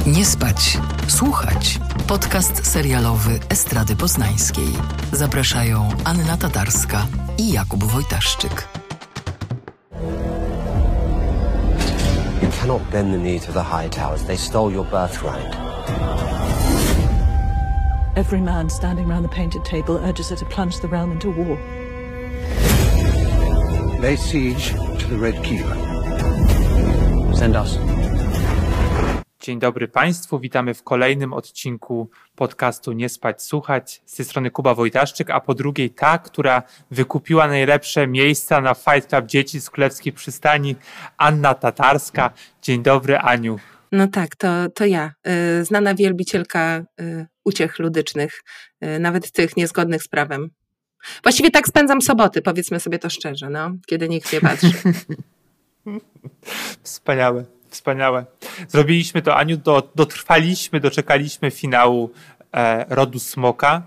Nie spać, słuchać. Podcast serialowy Estrady Poznańskiej. Zapraszają Anna Tatarska i Jakub Wojtaszczyk. You cannot bend the knee to the high towers. They stole your birthright. Every man standing round the painted table urges her to plunge the realm into war. Lay siege to the Red Keep. Send us. Dzień dobry Państwu, witamy w kolejnym odcinku podcastu Nie spać, słuchać. Z tej strony Kuba Wojtaszczyk, a po drugiej ta, która wykupiła najlepsze miejsca na Fight Club Dzieci z Królewskiej Przystani, Anna Tatarska. Dzień dobry, Aniu. No tak, to ja, znana wielbicielka uciech ludycznych, nawet tych niezgodnych z prawem. Właściwie tak spędzam soboty, powiedzmy sobie to szczerze, kiedy nikt nie patrzy. Wspaniałe. Zrobiliśmy to, Aniu, doczekaliśmy finału Rodu Smoka.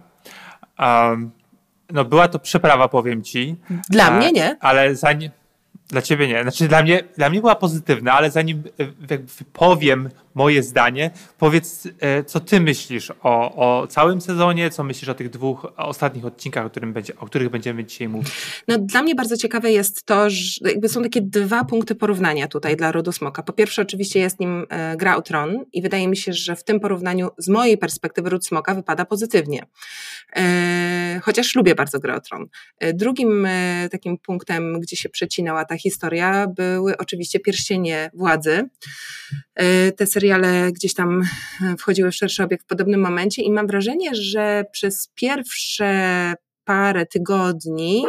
Była to przeprawa, powiem ci. Dla mnie nie. Ale dla ciebie nie. Znaczy dla mnie była pozytywna, ale zanim powiem moje zdanie, powiedz, co ty myślisz o całym sezonie, co myślisz o tych dwóch ostatnich odcinkach, o których będziemy dzisiaj mówić. Dla mnie bardzo ciekawe jest to, że są takie dwa punkty porównania tutaj dla Rodu Smoka. Po pierwsze, oczywiście jest nim Gra o Tron i wydaje mi się, że w tym porównaniu z mojej perspektywy Ród Smoka wypada pozytywnie. Chociaż lubię bardzo Grę o Tron. Drugim takim punktem, gdzie się przecinała ta historia, były oczywiście Pierścienie Władzy. Te seriale gdzieś tam wchodziły w szerszy obieg w podobnym momencie i mam wrażenie, że przez pierwsze parę tygodni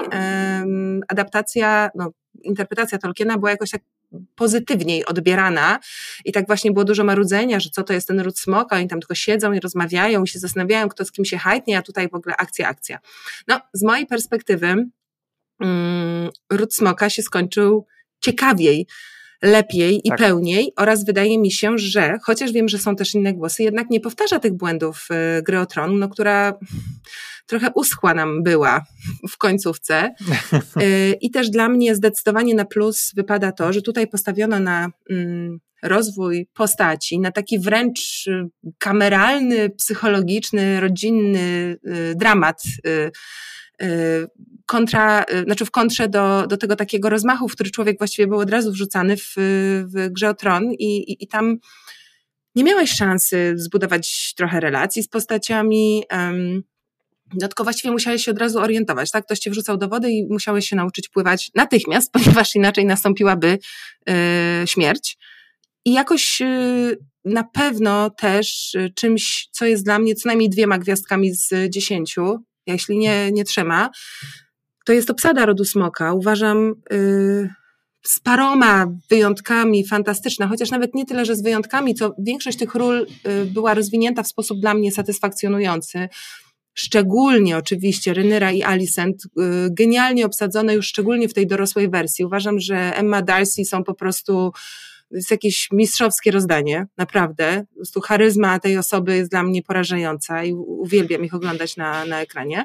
interpretacja Tolkiena była jakoś tak pozytywniej odbierana i tak właśnie było dużo marudzenia, że co to jest ten Ród Smoka, oni tam tylko siedzą i rozmawiają i się zastanawiają, kto z kim się hajtnie, a tutaj w ogóle akcja. Z mojej perspektywy Ród Smoka się skończył ciekawiej, lepiej i pełniej oraz wydaje mi się, że, chociaż wiem, że są też inne głosy, jednak nie powtarza tych błędów Gry o Tron, która trochę uschła nam była w końcówce. I też dla mnie zdecydowanie na plus wypada to, że tutaj postawiono na rozwój postaci, na taki wręcz kameralny, psychologiczny, rodzinny dramat, w kontrze do tego takiego rozmachu, w który człowiek właściwie był od razu wrzucany w Grze o Tron i tam nie miałeś szansy zbudować trochę relacji z postaciami, tylko właściwie musiałeś się od razu orientować, tak? Ktoś cię wrzucał do wody i musiałeś się nauczyć pływać natychmiast, ponieważ inaczej nastąpiłaby śmierć. I jakoś na pewno też czymś, co jest dla mnie co najmniej 2 gwiazdkami z 10, jeśli nie 3, to jest obsada Rodu Smoka. Uważam z paroma wyjątkami fantastyczna, chociaż nawet nie tyle, że z wyjątkami, co większość tych ról była rozwinięta w sposób dla mnie satysfakcjonujący. Szczególnie oczywiście Rhaenyra i Alicent, genialnie obsadzone już szczególnie w tej dorosłej wersji. Uważam, że Emma Darcy są po prostu, jest jakieś mistrzowskie rozdanie, naprawdę. Po prostu charyzma tej osoby jest dla mnie porażająca i uwielbiam ich oglądać na ekranie.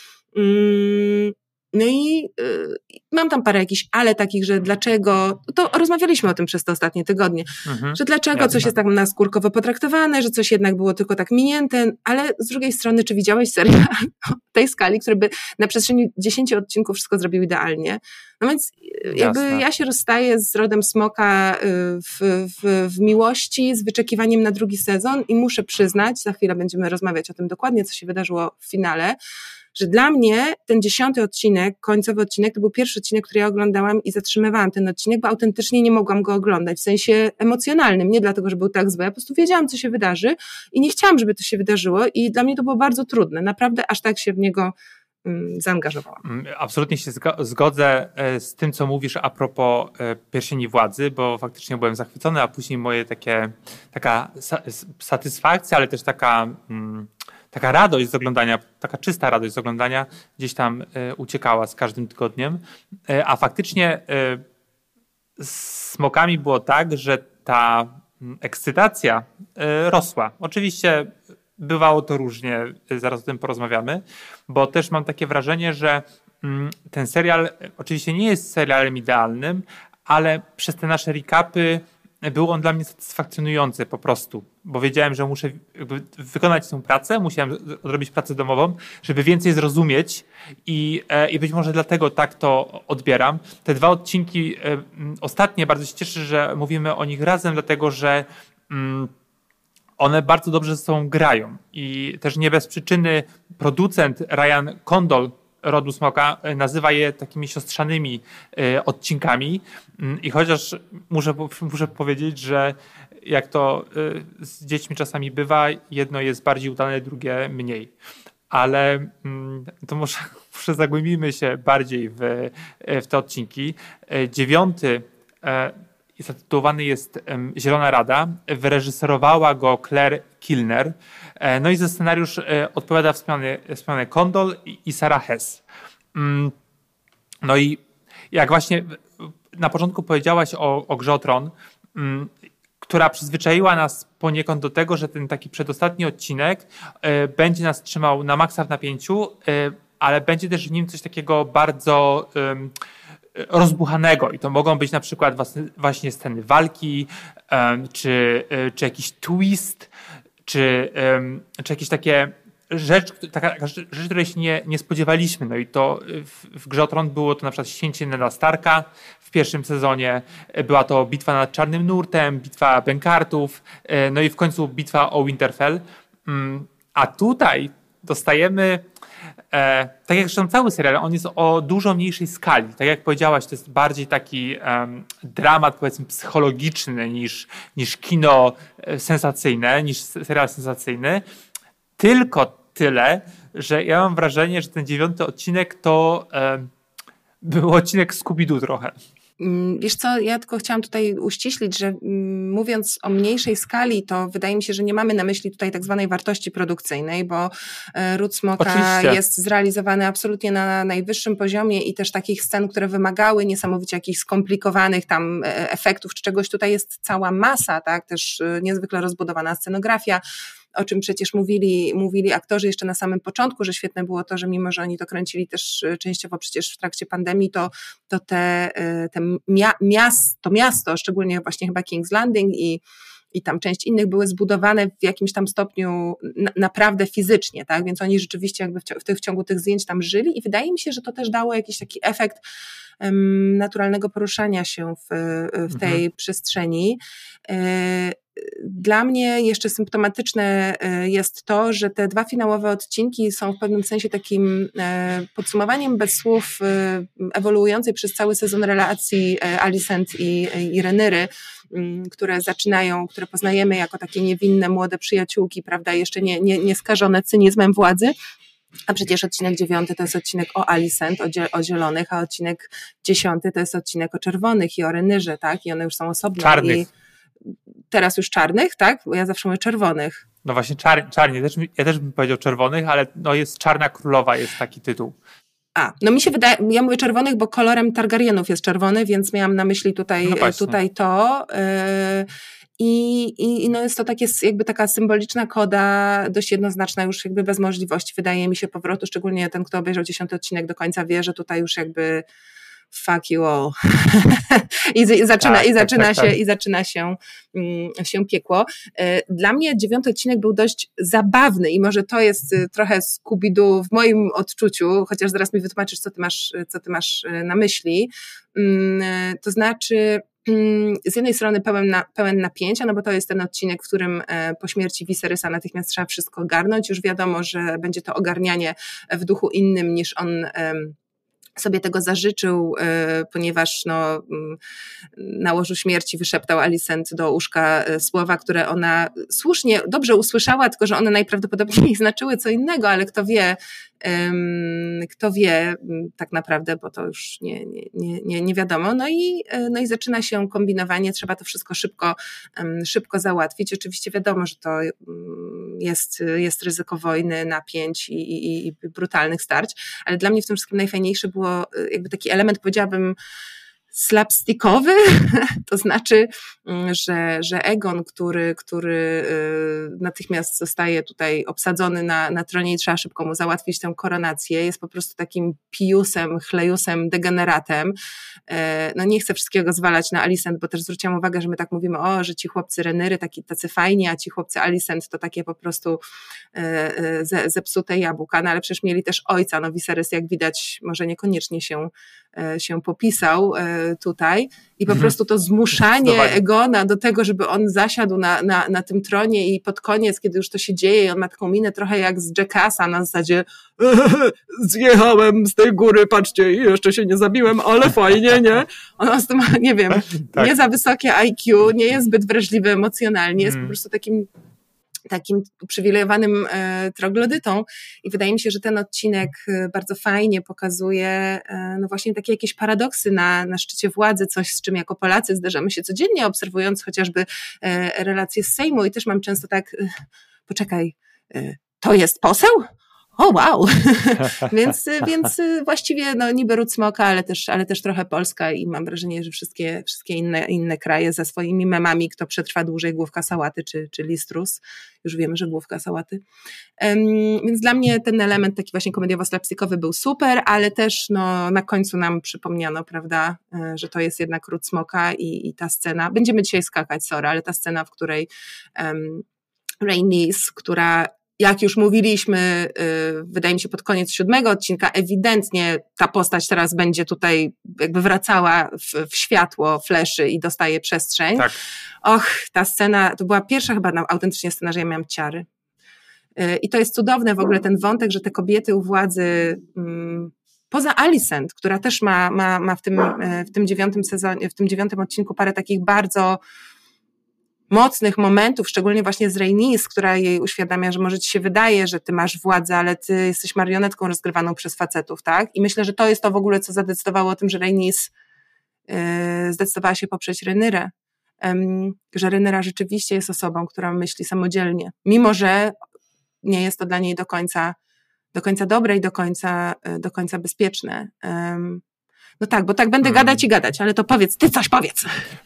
No i mam tam parę jakichś ale takich, że dlaczego, to rozmawialiśmy o tym przez te ostatnie tygodnie, że dlaczego coś jest tak naskórkowo potraktowane, że coś jednak było tylko tak minięte, ale z drugiej strony, czy widziałeś serial tej skali, który by na przestrzeni 10 odcinków wszystko zrobił idealnie? No więc ja się rozstaję z Rodem Smoka w miłości, z wyczekiwaniem na drugi sezon i muszę przyznać, za chwilę będziemy rozmawiać o tym dokładnie, co się wydarzyło w finale, że dla mnie ten 10 odcinek, końcowy odcinek, to był pierwszy odcinek, który ja oglądałam i zatrzymywałam ten odcinek, bo autentycznie nie mogłam go oglądać, w sensie emocjonalnym, nie dlatego, że był tak zły, ja po prostu wiedziałam, co się wydarzy i nie chciałam, żeby to się wydarzyło i dla mnie to było bardzo trudne, naprawdę aż tak się w niego zaangażowałam. Absolutnie się zgodzę z tym, co mówisz a propos Pierścieni Władzy, bo faktycznie byłem zachwycony, a później taka satysfakcja, ale też taka radość z oglądania, taka czysta radość z oglądania gdzieś tam uciekała z każdym tygodniem. A faktycznie z Smokami było tak, że ta ekscytacja rosła. Oczywiście bywało to różnie, zaraz o tym porozmawiamy, bo też mam takie wrażenie, że ten serial oczywiście nie jest serialem idealnym, ale przez te nasze recapy był on dla mnie satysfakcjonujący po prostu, bo wiedziałem, że muszę jakby wykonać tę pracę, musiałem odrobić pracę domową, żeby więcej zrozumieć i być może dlatego tak to odbieram. Te 2 odcinki ostatnie, bardzo się cieszę, że mówimy o nich razem, dlatego że one bardzo dobrze ze sobą grają i też nie bez przyczyny producent Ryan Condal Rodu Smoka nazywa je takimi siostrzanymi odcinkami i chociaż muszę powiedzieć, że jak to z dziećmi czasami bywa, jedno jest bardziej udane, drugie mniej. Ale to może zagłębimy się bardziej w te odcinki. 9 zatytułowany jest Zielona Rada. Wyreżyserowała go Claire Kilner. No i za scenariusz odpowiada wspomniany Condal i Sarah Hess. No i jak właśnie na początku powiedziałaś o Grze o Tron, która przyzwyczaiła nas poniekąd do tego, że ten taki przedostatni odcinek będzie nas trzymał na maksa w napięciu, ale będzie też w nim coś takiego bardzo rozbuchanego i to mogą być na przykład właśnie sceny walki, czy jakiś twist, czy jakieś takie taka rzecz, której się nie spodziewaliśmy. No i to w Grze o Tron było to na przykład ścięcie Neda Starka w pierwszym sezonie, była to bitwa nad Czarnym Nurtem, bitwa Benkartów, no i w końcu bitwa o Winterfell. A tutaj dostajemy, tak jak zresztą cały serial, on jest o dużo mniejszej skali. Tak jak powiedziałaś, to jest bardziej taki dramat, powiedzmy, psychologiczny niż kino sensacyjne, niż serial sensacyjny. Tylko tyle, że ja mam wrażenie, że ten 9 odcinek to był odcinek Scooby-Doo trochę. Wiesz co, ja tylko chciałam tutaj uściślić, że mówiąc o mniejszej skali, to wydaje mi się, że nie mamy na myśli tutaj tak zwanej wartości produkcyjnej, bo Ród Smoka Oczywiście jest zrealizowany absolutnie na najwyższym poziomie i też takich scen, które wymagały niesamowicie jakichś skomplikowanych tam efektów czy czegoś, tutaj jest cała masa, tak, też niezwykle rozbudowana scenografia, o czym przecież mówili aktorzy jeszcze na samym początku, że świetne było to, że mimo, że oni to kręcili też częściowo przecież w trakcie pandemii, to miasto, szczególnie właśnie chyba King's Landing i tam część innych były zbudowane w jakimś tam stopniu naprawdę fizycznie, tak, więc oni rzeczywiście jakby w ciągu tych zdjęć tam żyli i wydaje mi się, że to też dało jakiś taki efekt naturalnego poruszania się w tej przestrzeni. Dla mnie jeszcze symptomatyczne jest to, że te 2 finałowe odcinki są w pewnym sensie takim podsumowaniem bez słów ewoluującej przez cały sezon relacji Alicent i Rhaenyry, które poznajemy jako takie niewinne, młode przyjaciółki, prawda, jeszcze nie skażone cynizmem władzy. A przecież odcinek 9 to jest odcinek o Alicent, o zielonych, a odcinek 10 to jest odcinek o czerwonych i o Rhaenyrze, tak? I one już są osobne. Czarnych. Teraz już czarnych, tak? Bo ja zawsze mówię czerwonych. No właśnie czarnie. Ja też bym powiedział czerwonych, ale no jest Czarna Królowa, jest taki tytuł. No mi się wydaje, ja mówię czerwonych, bo kolorem Targaryenów jest czerwony, więc miałam na myśli tutaj to. I no jest to jakby taka symboliczna koda, dość jednoznaczna, już jakby bez możliwości, wydaje mi się, powrotu, szczególnie ten, kto obejrzał 10 odcinek do końca, wie, że tutaj już jakby fuck you all. I zaczyna się piekło. Dla mnie 9 odcinek był dość zabawny i może to jest trochę Scooby-Doo w moim odczuciu, chociaż zaraz mi wytłumaczysz, co ty masz na myśli. To znaczy, z jednej strony pełen napięcia, no bo to jest ten odcinek, w którym po śmierci Viserysa natychmiast trzeba wszystko ogarnąć. Już wiadomo, że będzie to ogarnianie w duchu innym niż on sobie tego zażyczył, ponieważ na łożu śmierci wyszeptał Alicent do uszka słowa, które ona słusznie, dobrze usłyszała, tylko że one najprawdopodobniej znaczyły co innego, ale kto wie tak naprawdę, bo to już nie wiadomo. No i zaczyna się kombinowanie, trzeba to wszystko szybko załatwić. Oczywiście wiadomo, że to jest ryzyko wojny, napięć i brutalnych starć, ale dla mnie w tym wszystkim najfajniejszy było jakby taki element, powiedziałabym, slapstickowy, to znaczy, że Egon, który natychmiast zostaje tutaj obsadzony na tronie i trzeba szybko mu załatwić tę koronację, jest po prostu takim pijusem, chlejusem, degeneratem. No nie chcę wszystkiego zwalać na Alicent, bo też zwróciłam uwagę, że my tak mówimy, że ci chłopcy Rhaenyry tacy fajni, a ci chłopcy Alicent to takie po prostu zepsute jabłka, no ale przecież mieli też ojca, no Viserys jak widać może niekoniecznie się popisał tutaj i po prostu to zmuszanie Egona do tego, żeby on zasiadł na tym tronie i pod koniec, kiedy już to się dzieje i on ma taką minę trochę jak z Jackassa na zasadzie zjechałem z tej góry, patrzcie, i jeszcze się nie zabiłem, ale fajnie, nie? On ma, nie wiem, tak. Nie za wysokie IQ, nie jest zbyt wrażliwy emocjonalnie, jest po prostu takim uprzywilejowanym troglodytą i wydaje mi się, że ten odcinek bardzo fajnie pokazuje no właśnie takie jakieś paradoksy na szczycie władzy, coś z czym jako Polacy zderzamy się codziennie, obserwując chociażby relacje z Sejmu i też mam często tak, poczekaj, to jest poseł? O wow! więc właściwie no niby ród smoka, ale też trochę Polska i mam wrażenie, że wszystkie inne kraje ze swoimi memami, kto przetrwa dłużej główka sałaty czy listrus. Już wiemy, że główka sałaty. Więc dla mnie ten element taki właśnie komediowo-slapstickowy był super, ale też no, na końcu nam przypomniano, prawda, że to jest jednak ród smoka i ta scena, będziemy dzisiaj skakać, sorry, ale ta scena, w której Rhaenys, która jak już mówiliśmy, wydaje mi się pod koniec 7 odcinka, ewidentnie ta postać teraz będzie tutaj jakby wracała w światło fleszy i dostaje przestrzeń. Tak. Ta scena, to była pierwsza chyba autentycznie scena, że ja miałam ciary. I to jest cudowne w ogóle ten wątek, że te kobiety u władzy, poza Alicent, która też ma w tym 9 sezonie, w tym 9 odcinku parę takich bardzo mocnych momentów, szczególnie właśnie z Rhaenys, która jej uświadamia, że może ci się wydaje, że ty masz władzę, ale ty jesteś marionetką rozgrywaną przez facetów, tak? I myślę, że to jest to w ogóle, co zadecydowało o tym, że Rhaenys zdecydowała się poprzeć Rhaenyrę. Że Rhaenyra rzeczywiście jest osobą, która myśli samodzielnie, mimo że nie jest to dla niej do końca dobre i do końca bezpieczne. No tak, bo tak będę gadać i gadać, ale to powiedz, ty coś powiedz.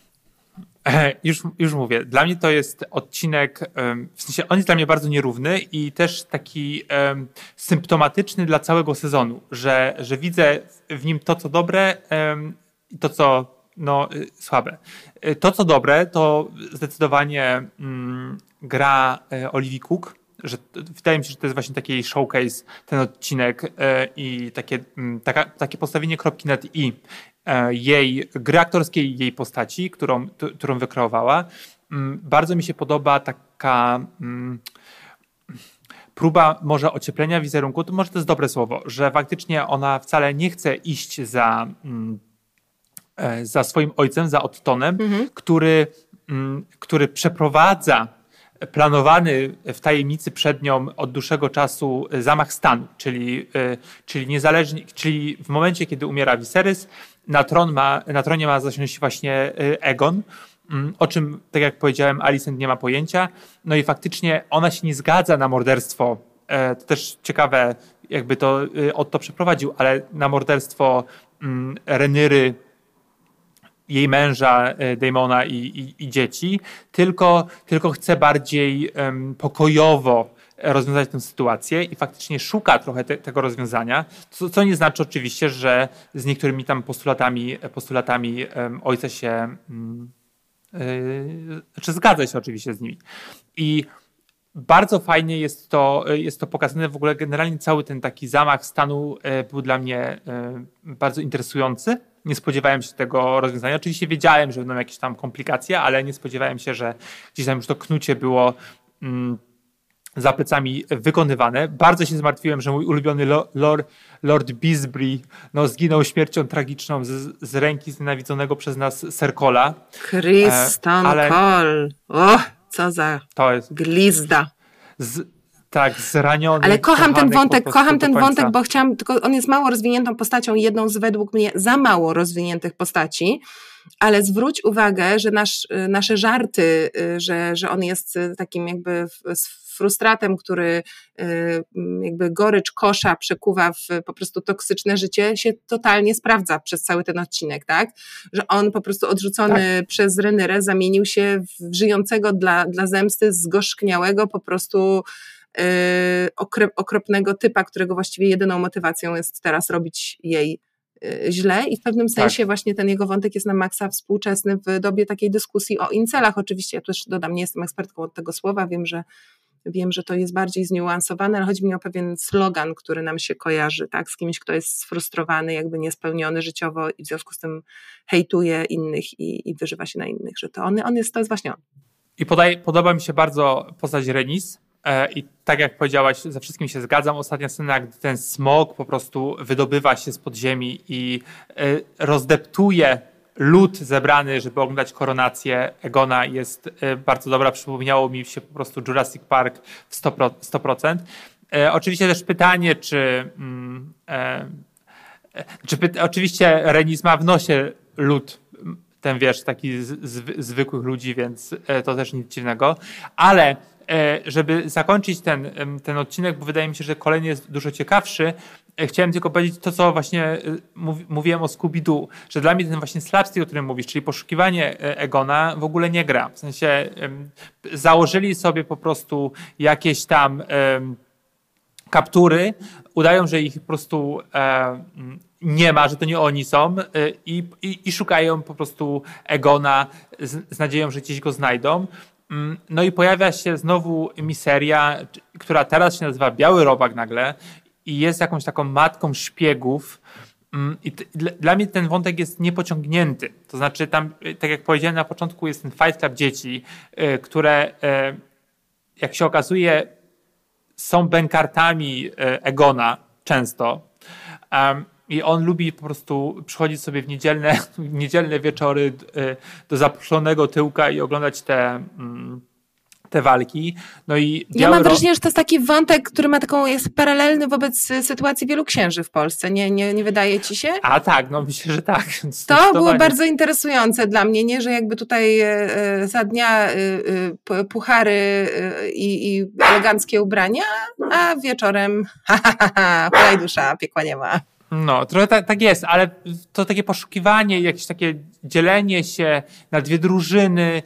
Już mówię. Dla mnie to jest odcinek, w sensie on jest dla mnie bardzo nierówny i też taki symptomatyczny dla całego sezonu, że widzę w nim to, co dobre i to, co słabe. To, co dobre, to zdecydowanie gra Olivia Cook, że wydaje mi się, że to jest właśnie taki showcase, ten odcinek i takie postawienie kropki nad i jej gry aktorskiej i jej postaci, którą wykreowała. Bardzo mi się podoba taka próba może ocieplenia wizerunku, to może to jest dobre słowo, że faktycznie ona wcale nie chce iść za swoim ojcem, za Ottonem, który przeprowadza planowany w tajemnicy przed nią od dłuższego czasu zamach stanu, czyli niezależnie, czyli w momencie, kiedy umiera Viserys, na tronie ma zasiąść właśnie Egon, o czym, tak jak powiedziałem, Alicent nie ma pojęcia. No i faktycznie ona się nie zgadza na morderstwo. To też ciekawe, jakby to Otto przeprowadził, ale na morderstwo Rhaenyry, jej męża, Daemona i dzieci, tylko chce bardziej pokojowo rozwiązać tę sytuację i faktycznie szuka trochę tego rozwiązania, co nie znaczy oczywiście, że z niektórymi tam postulatami ojca się, zgadza się oczywiście z nimi. I bardzo fajnie jest to pokazane, w ogóle generalnie cały ten taki zamach stanu był dla mnie bardzo interesujący. Nie spodziewałem się tego rozwiązania. Oczywiście wiedziałem, że będą jakieś tam komplikacje, ale nie spodziewałem się, że gdzieś tam już to knucie było za plecami wykonywane. Bardzo się zmartwiłem, że mój ulubiony Lord Bisbury zginął śmiercią tragiczną z ręki znienawidzonego przez nas Serkola. Criston Cole. Co za glizda. Tak, zraniony. Ale kocham ten wątek, bo chciałam, tylko on jest mało rozwiniętą postacią, jedną z według mnie za mało rozwiniętych postaci, ale zwróć uwagę, że nasze żarty, że on jest takim jakby frustratem, który jakby gorycz kosza przekuwa w po prostu toksyczne życie, się totalnie sprawdza przez cały ten odcinek, tak? Że on po prostu odrzucony przez Rhaenyrę zamienił się w żyjącego dla zemsty zgorzkniałego po prostu okropnego typa, którego właściwie jedyną motywacją jest teraz robić jej źle i w pewnym sensie właśnie ten jego wątek jest na maksa współczesny w dobie takiej dyskusji o incelach. Oczywiście ja też dodam, nie jestem ekspertką od tego słowa, wiem, że to jest bardziej zniuansowane, ale chodzi mi o pewien slogan, który nam się kojarzy, tak, z kimś, kto jest sfrustrowany, jakby niespełniony życiowo i w związku z tym hejtuje innych i wyżywa się na innych, że to jest właśnie on. I podoba mi się bardzo postać Rhaenys. I tak jak powiedziałaś, ze wszystkim się zgadzam. Ostatnia scena, gdy ten smog po prostu wydobywa się z podziemi i rozdeptuje lud zebrany, żeby oglądać koronację Egona, jest bardzo dobra. Przypomniało mi się po prostu Jurassic Park w 100%. Oczywiście też pytanie, oczywiście Rhaenys ma w nosie lud, ten wiesz, taki zwykłych ludzi, więc to też nic dziwnego. Ale żeby zakończyć ten odcinek, bo wydaje mi się, że kolejny jest dużo ciekawszy, chciałem tylko powiedzieć to, co właśnie mówiłem o Scooby-Doo, że dla mnie ten właśnie slapstick, o którym mówisz, czyli poszukiwanie Egona w ogóle nie gra. W sensie założyli sobie po prostu jakieś tam kaptury, udają, że ich po prostu nie ma, że to nie oni są i szukają po prostu Egona z nadzieją, że gdzieś go znajdą. No i pojawia się znowu miseria, która teraz się nazywa Biały Robak nagle i jest jakąś taką matką szpiegów. I dla mnie ten wątek jest niepociągnięty. To znaczy tam, tak jak powiedziałem na początku, jest ten Fight Club dzieci, które jak się okazuje są bękartami Egona często. I on lubi po prostu przychodzić sobie w niedzielne wieczory do zaproszonego tyłka i oglądać te walki. No i ja mam wrażenie, że to jest taki wątek, który jest paralelny wobec sytuacji wielu księży w Polsce. Nie wydaje ci się? A tak, no myślę, że tak. To było bardzo interesujące dla mnie, nie? Że jakby tutaj za dnia puchary i eleganckie ubrania, a wieczorem hulaj dusza, piekła nie ma. No, trochę tak jest, ale to takie poszukiwanie, jakieś takie dzielenie się na dwie drużyny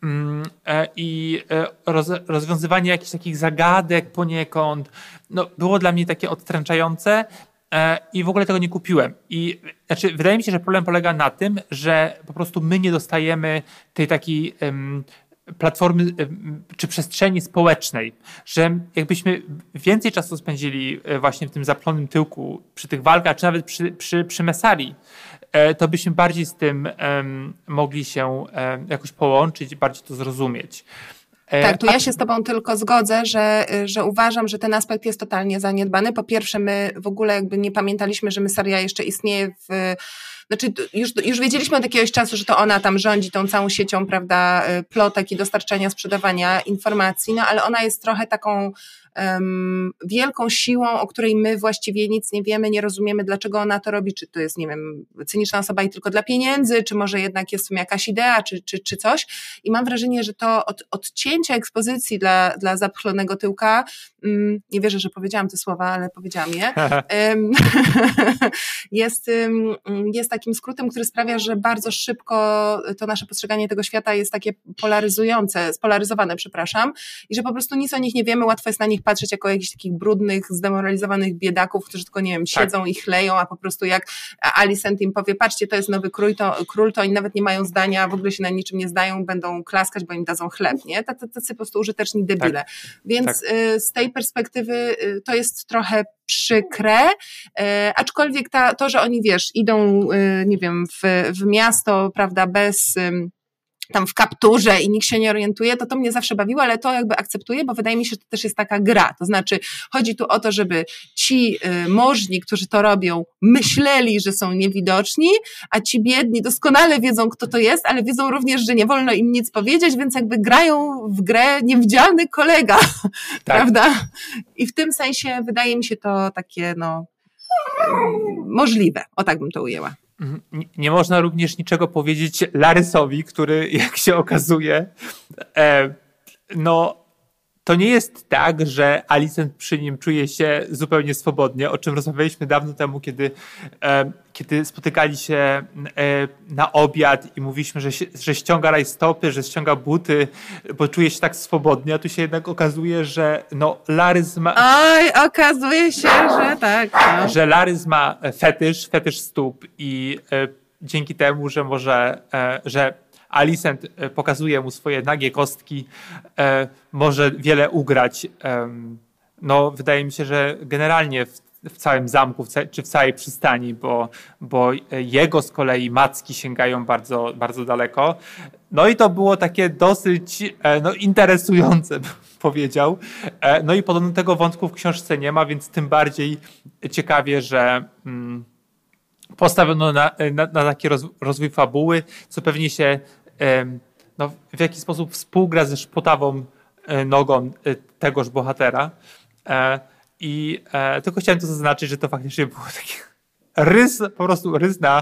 i rozwiązywanie jakichś takich zagadek poniekąd, no, było dla mnie takie odstręczające i w ogóle tego nie kupiłem. I znaczy, wydaje mi się, że problem polega na tym, że po prostu my nie dostajemy tej takiej platformy czy przestrzeni społecznej, że jakbyśmy więcej czasu spędzili właśnie w tym zaplonym tyłku przy tych walkach, czy nawet przy Messarii, to byśmy bardziej z tym mogli się jakoś połączyć, bardziej to zrozumieć. Tak, tu ja się z tobą tylko zgodzę, że uważam, że ten aspekt jest totalnie zaniedbany. Po pierwsze, my w ogóle jakby nie pamiętaliśmy, że Messaria jeszcze istnieje Znaczy już wiedzieliśmy od jakiegoś czasu, że to ona tam rządzi tą całą siecią, prawda, plotek i dostarczania, sprzedawania informacji, no ale ona jest trochę taką wielką siłą, o której my właściwie nic nie wiemy, nie rozumiemy, dlaczego ona to robi, czy to jest, nie wiem, cyniczna osoba i tylko dla pieniędzy, czy może jednak jest w sumie jakaś idea, czy coś. I mam wrażenie, że to odcięcie ekspozycji dla zapchlonego tyłka, nie wierzę, że powiedziałam te słowa, ale powiedziałam je, jest takim skrótem, który sprawia, że bardzo szybko to nasze postrzeganie tego świata jest takie spolaryzowane, i że po prostu nic o nich nie wiemy, łatwo jest na nich patrzeć jako jakichś takich brudnych, zdemoralizowanych biedaków, którzy tylko, nie wiem, siedzą i chleją, a po prostu jak Alicent im powie, patrzcie, to jest nowy król, to oni nawet nie mają zdania, w ogóle się na niczym nie zdają, będą klaskać, bo im dadzą chleb, nie? Tacy po prostu użyteczni debile. Tak. Więc z tej perspektywy to jest trochę przykre, aczkolwiek to, że oni, wiesz, idą, nie wiem, w miasto, prawda, bez tam w kapturze i nikt się nie orientuje, to mnie zawsze bawiło, ale to jakby akceptuję, bo wydaje mi się, że to też jest taka gra. To znaczy chodzi tu o to, żeby ci możni, którzy to robią, myśleli, że są niewidoczni, a ci biedni doskonale wiedzą, kto to jest, ale wiedzą również, że nie wolno im nic powiedzieć, więc jakby grają w grę niewidzialny kolega, tak. Prawda? I w tym sensie wydaje mi się to takie, możliwe. O tak bym to ujęła. Nie można również niczego powiedzieć Larysowi, który, jak się okazuje, to nie jest tak, że Alicent przy nim czuje się zupełnie swobodnie, o czym rozmawialiśmy dawno temu, kiedy spotykali się na obiad i mówiliśmy, że ściąga rajstopy, że ściąga buty, bo czuje się tak swobodnie, a tu się jednak okazuje, że Larys ma... Oj, okazuje się, że tak. No. Że Larys ma fetysz stóp i dzięki temu, że może... że Alicent pokazuje mu swoje nagie kostki, może wiele ugrać. Wydaje mi się, że generalnie w całym zamku, czy w całej przystani, bo jego z kolei macki sięgają bardzo, bardzo daleko. I to było takie dosyć interesujące, bym powiedział. I podobno tego wątku w książce nie ma, więc tym bardziej ciekawie, że postawiono na taki rozwój fabuły, co pewnie się w jakiś sposób współgra ze szpotawą nogą tegoż bohatera. I tylko chciałem to zaznaczyć, że to faktycznie było taki rys na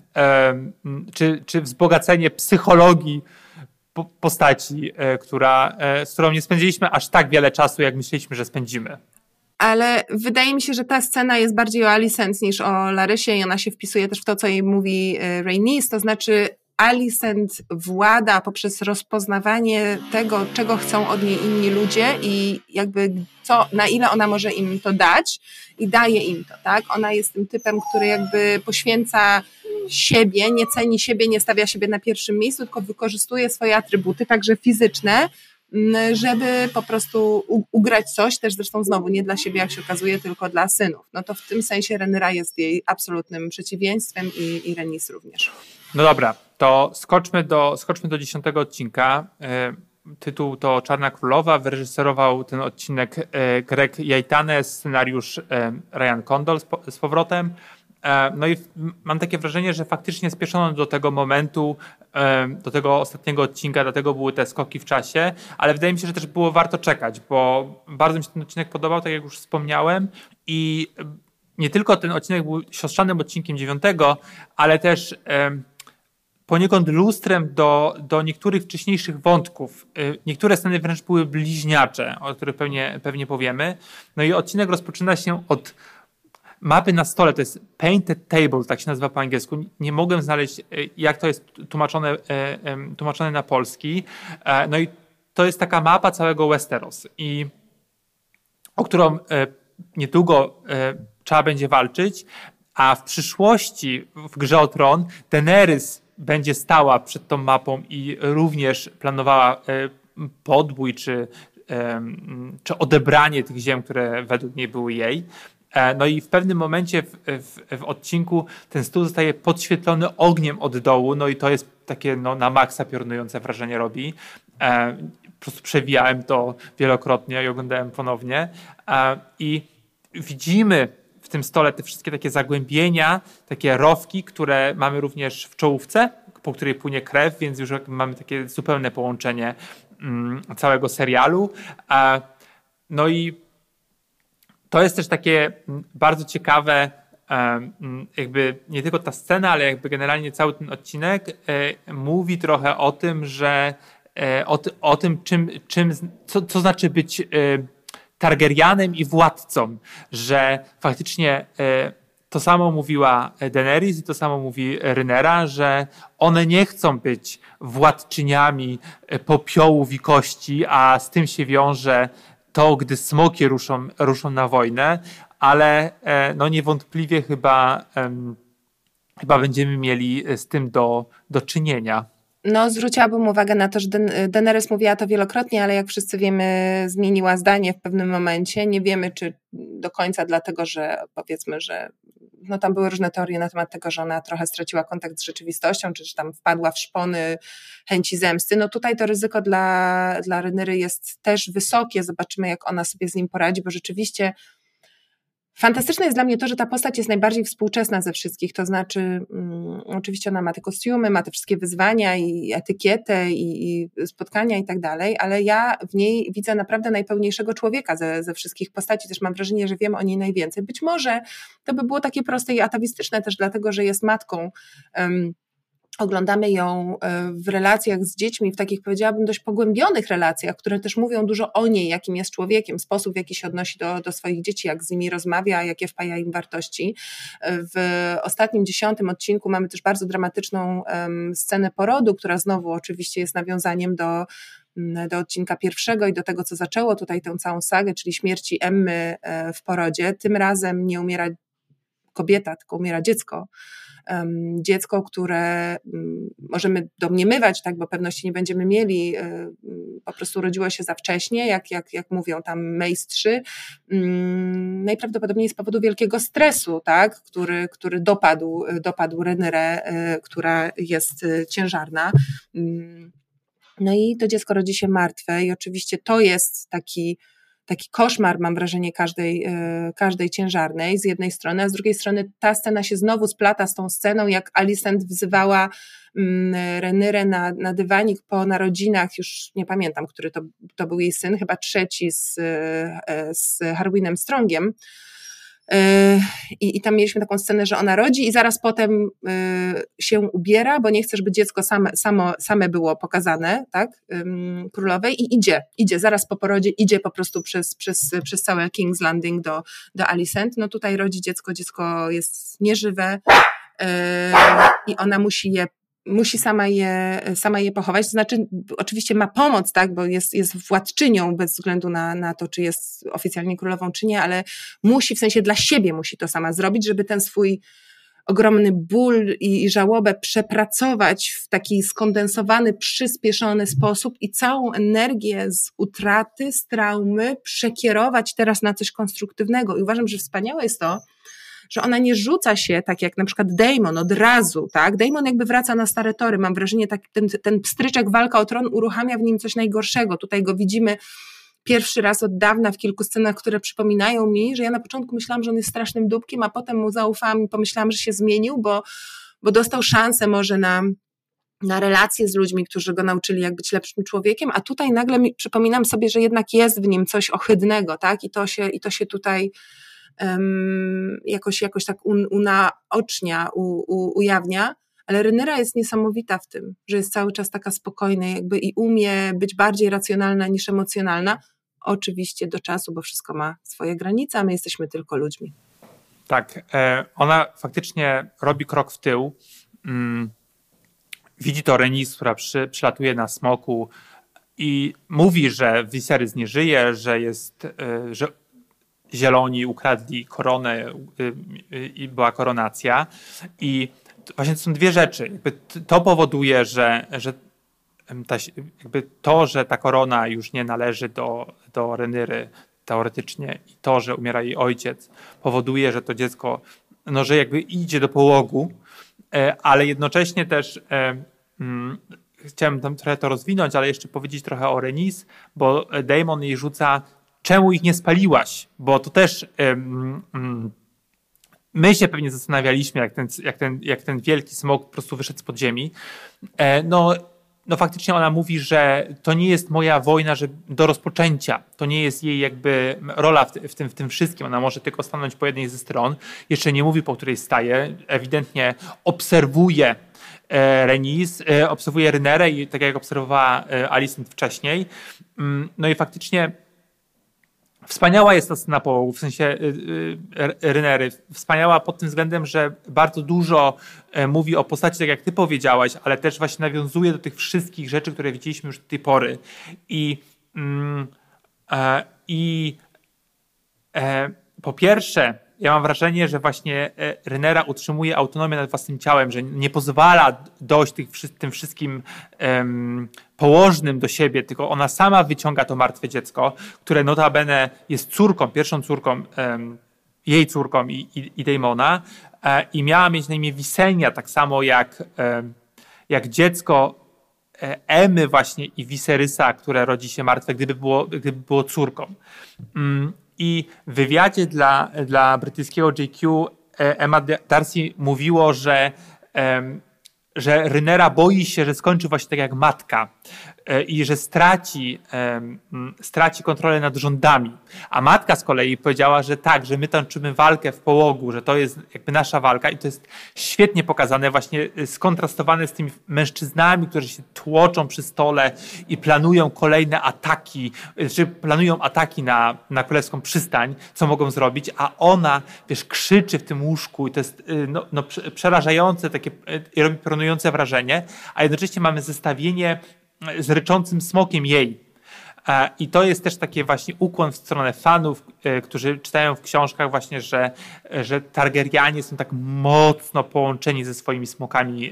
czy wzbogacenie psychologii postaci, z którą nie spędziliśmy aż tak wiele czasu, jak myśleliśmy, że spędzimy. Ale wydaje mi się, że ta scena jest bardziej o Alicent niż o Larysie i ona się wpisuje też w to, co jej mówi Rhaenys, to znaczy Alicent włada poprzez rozpoznawanie tego, czego chcą od niej inni ludzie i jakby na ile ona może im to dać i daje im to, tak? Ona jest tym typem, który jakby poświęca siebie, nie ceni siebie, nie stawia siebie na pierwszym miejscu, tylko wykorzystuje swoje atrybuty, także fizyczne, żeby po prostu ugrać coś, też zresztą znowu nie dla siebie, jak się okazuje, tylko dla synów. To w tym sensie Rhaenyra jest jej absolutnym przeciwieństwem i Rhaenys również. No dobra, to skoczmy do 10 odcinka. Tytuł to Czarna Królowa. Wyreżyserował ten odcinek Greg Yaitane, scenariusz Ryan Condal z powrotem. I mam takie wrażenie, że faktycznie spieszono do tego momentu, do tego ostatniego odcinka, dlatego były te skoki w czasie, ale wydaje mi się, że też było warto czekać, bo bardzo mi się ten odcinek podobał, tak jak już wspomniałem, i nie tylko ten odcinek był siostrzanym odcinkiem 9, ale też poniekąd lustrem do niektórych wcześniejszych wątków. Niektóre sceny wręcz były bliźniacze, o których pewnie powiemy. I odcinek rozpoczyna się od mapy na stole, to jest painted table, tak się nazywa po angielsku. Nie mogłem znaleźć, jak to jest tłumaczone na polski. I to jest taka mapa całego Westeros, o którą niedługo trzeba będzie walczyć, a w przyszłości w Grze o Tron Daenerys będzie stała przed tą mapą i również planowała podbój czy odebranie tych ziem, które według niej były jej. I w pewnym momencie w odcinku ten stół zostaje podświetlony ogniem od dołu, i to jest takie na maksa piorunujące wrażenie robi. Po prostu przewijałem to wielokrotnie i oglądałem ponownie. I widzimy w tym stole te wszystkie takie zagłębienia, takie rowki, które mamy również w czołówce, po której płynie krew, więc już mamy takie zupełne połączenie całego serialu. I to jest też takie bardzo ciekawe, jakby nie tylko ta scena, ale jakby generalnie cały ten odcinek mówi trochę o tym, że o tym, co znaczy być Targaryanem i władcą, że faktycznie to samo mówiła Daenerys i to samo mówi Rhaenyra, że one nie chcą być władczyniami popiołów i kości, a z tym się wiąże to, gdy smoki ruszą na wojnę, ale niewątpliwie chyba będziemy mieli z tym do czynienia. Zwróciłabym uwagę na to, że Daenerys mówiła to wielokrotnie, ale jak wszyscy wiemy, zmieniła zdanie w pewnym momencie. Nie wiemy, czy do końca dlatego, że powiedzmy, że no tam były różne teorie na temat tego, że ona trochę straciła kontakt z rzeczywistością, czy tam wpadła w szpony chęci zemsty. No tutaj to ryzyko dla Rhaenyry jest też wysokie. Zobaczymy, jak ona sobie z nim poradzi, bo rzeczywiście fantastyczne jest dla mnie to, że ta postać jest najbardziej współczesna ze wszystkich, to znaczy oczywiście ona ma te kostiumy, ma te wszystkie wyzwania i etykietę i spotkania i tak dalej, ale ja w niej widzę naprawdę najpełniejszego człowieka ze wszystkich postaci, też mam wrażenie, że wiem o niej najwięcej. Być może to by było takie proste i atawistyczne też dlatego, że jest matką. Oglądamy ją w relacjach z dziećmi, w takich, powiedziałabym, dość pogłębionych relacjach, które też mówią dużo o niej, jakim jest człowiekiem, sposób, w jaki się odnosi do swoich dzieci, jak z nimi rozmawia, jakie wpaja im wartości. W ostatnim 10. odcinku mamy też bardzo dramatyczną scenę porodu, która znowu oczywiście jest nawiązaniem do odcinka 1 i do tego, co zaczęło tutaj tę całą sagę, czyli śmierci Emmy w porodzie. Tym razem nie umiera kobieta, tylko umiera dziecko. Dziecko, które możemy domniemywać, tak, bo pewności nie będziemy mieli, po prostu urodziło się za wcześnie, jak mówią tam mejstrzy, najprawdopodobniej z powodu wielkiego stresu, tak, który dopadł Rhaenyrę, która jest ciężarna. No i to dziecko rodzi się martwe i oczywiście to jest taki koszmar, mam wrażenie, każdej ciężarnej z jednej strony, a z drugiej strony ta scena się znowu splata z tą sceną, jak Alicent wzywała Rhaenyrę na dywanik po narodzinach, już nie pamiętam, który to był jej syn, chyba 3 z Harwinem Strongiem. I tam mieliśmy taką scenę, że ona rodzi i zaraz potem się ubiera, bo nie chce, żeby dziecko same było pokazane, tak, królowej, i idzie zaraz po porodzie, idzie po prostu przez całe King's Landing do Alicent. No tutaj rodzi dziecko jest nieżywe i ona musi sama je pochować, to znaczy oczywiście ma pomoc, tak, bo jest władczynią bez względu na to, czy jest oficjalnie królową, czy nie, ale musi, w sensie dla siebie musi to sama zrobić, żeby ten swój ogromny ból i żałobę przepracować w taki skondensowany, przyspieszony sposób i całą energię z utraty, z traumy przekierować teraz na coś konstruktywnego. I uważam, że wspaniałe jest to, że ona nie rzuca się, tak jak na przykład Daemon od razu, tak? Daemon jakby wraca na stare tory, mam wrażenie, tak, ten pstryczek Walka o Tron uruchamia w nim coś najgorszego. Tutaj go widzimy pierwszy raz od dawna w kilku scenach, które przypominają mi, że ja na początku myślałam, że on jest strasznym dupkiem, a potem mu zaufałam i pomyślałam, że się zmienił, bo dostał szansę może na relacje z ludźmi, którzy go nauczyli, jak być lepszym człowiekiem, a tutaj nagle przypominam sobie, że jednak jest w nim coś ohydnego, tak? I to się tutaj jakoś tak unaocznia, ujawnia, ale Rhaenyra jest niesamowita w tym, że jest cały czas taka spokojna jakby i umie być bardziej racjonalna niż emocjonalna, oczywiście do czasu, bo wszystko ma swoje granice, a my jesteśmy tylko ludźmi. Tak, ona faktycznie robi krok w tył, widzi to Rhaenys, która przylatuje na smoku i mówi, że Viserys nie żyje, że Zieloni ukradli koronę i była koronacja. I właśnie to są dwie rzeczy. Jakby to powoduje, że ta korona już nie należy do Rhaenyry teoretycznie i to, że umiera jej ojciec, powoduje, że to dziecko, no, że jakby idzie do połogu, ale jednocześnie też chciałem tam trochę to rozwinąć, ale jeszcze powiedzieć trochę o Rhaenys, bo Daemon jej rzuca: czemu ich nie spaliłaś? Bo to też my się pewnie zastanawialiśmy, jak ten wielki smok po prostu wyszedł z podziemi. No faktycznie ona mówi, że to nie jest moja wojna do rozpoczęcia. To nie jest jej jakby rola w tym wszystkim. Ona może tylko stanąć po jednej ze stron. Jeszcze nie mówi, po której staje. Ewidentnie obserwuje Rhaenys, obserwuje Rhaenyrę i tak jak obserwowała Alicent wcześniej. No i faktycznie wspaniała jest ta scena połogu, w sensie Rhaenyry. Wspaniała pod tym względem, że bardzo dużo mówi o postaci, tak jak ty powiedziałaś, ale też właśnie nawiązuje do tych wszystkich rzeczy, które widzieliśmy już do tej pory. Po pierwsze, ja mam wrażenie, że właśnie Rhaenyra utrzymuje autonomię nad własnym ciałem, że nie pozwala dojść tym wszystkim położnym do siebie, tylko ona sama wyciąga to martwe dziecko, które notabene jest pierwszą córką jej córką i Damona i miała mieć na imię Visenya, tak samo jak dziecko Emmy właśnie i Viserysa, które rodzi się martwe, gdyby było córką. I w wywiadzie dla brytyjskiego JQ Emma Darcy mówiło, że Rhaenyra boi się, że skończy właśnie tak jak matka i że straci kontrolę nad rządami. A matka z kolei powiedziała, że tak, że my toczymy walkę w połogu, że to jest jakby nasza walka i to jest świetnie pokazane, właśnie skontrastowane z tymi mężczyznami, którzy się tłoczą przy stole i planują kolejne ataki, czy planują ataki na królewską przystań, co mogą zrobić, a ona, wiesz, krzyczy w tym łóżku i to jest przerażające, takie robi piorunujące wrażenie, a jednocześnie mamy zestawienie z ryczącym smokiem jej. I to jest też taki właśnie ukłon w stronę fanów, którzy czytają w książkach właśnie, że Targaryenie są tak mocno połączeni ze swoimi smokami,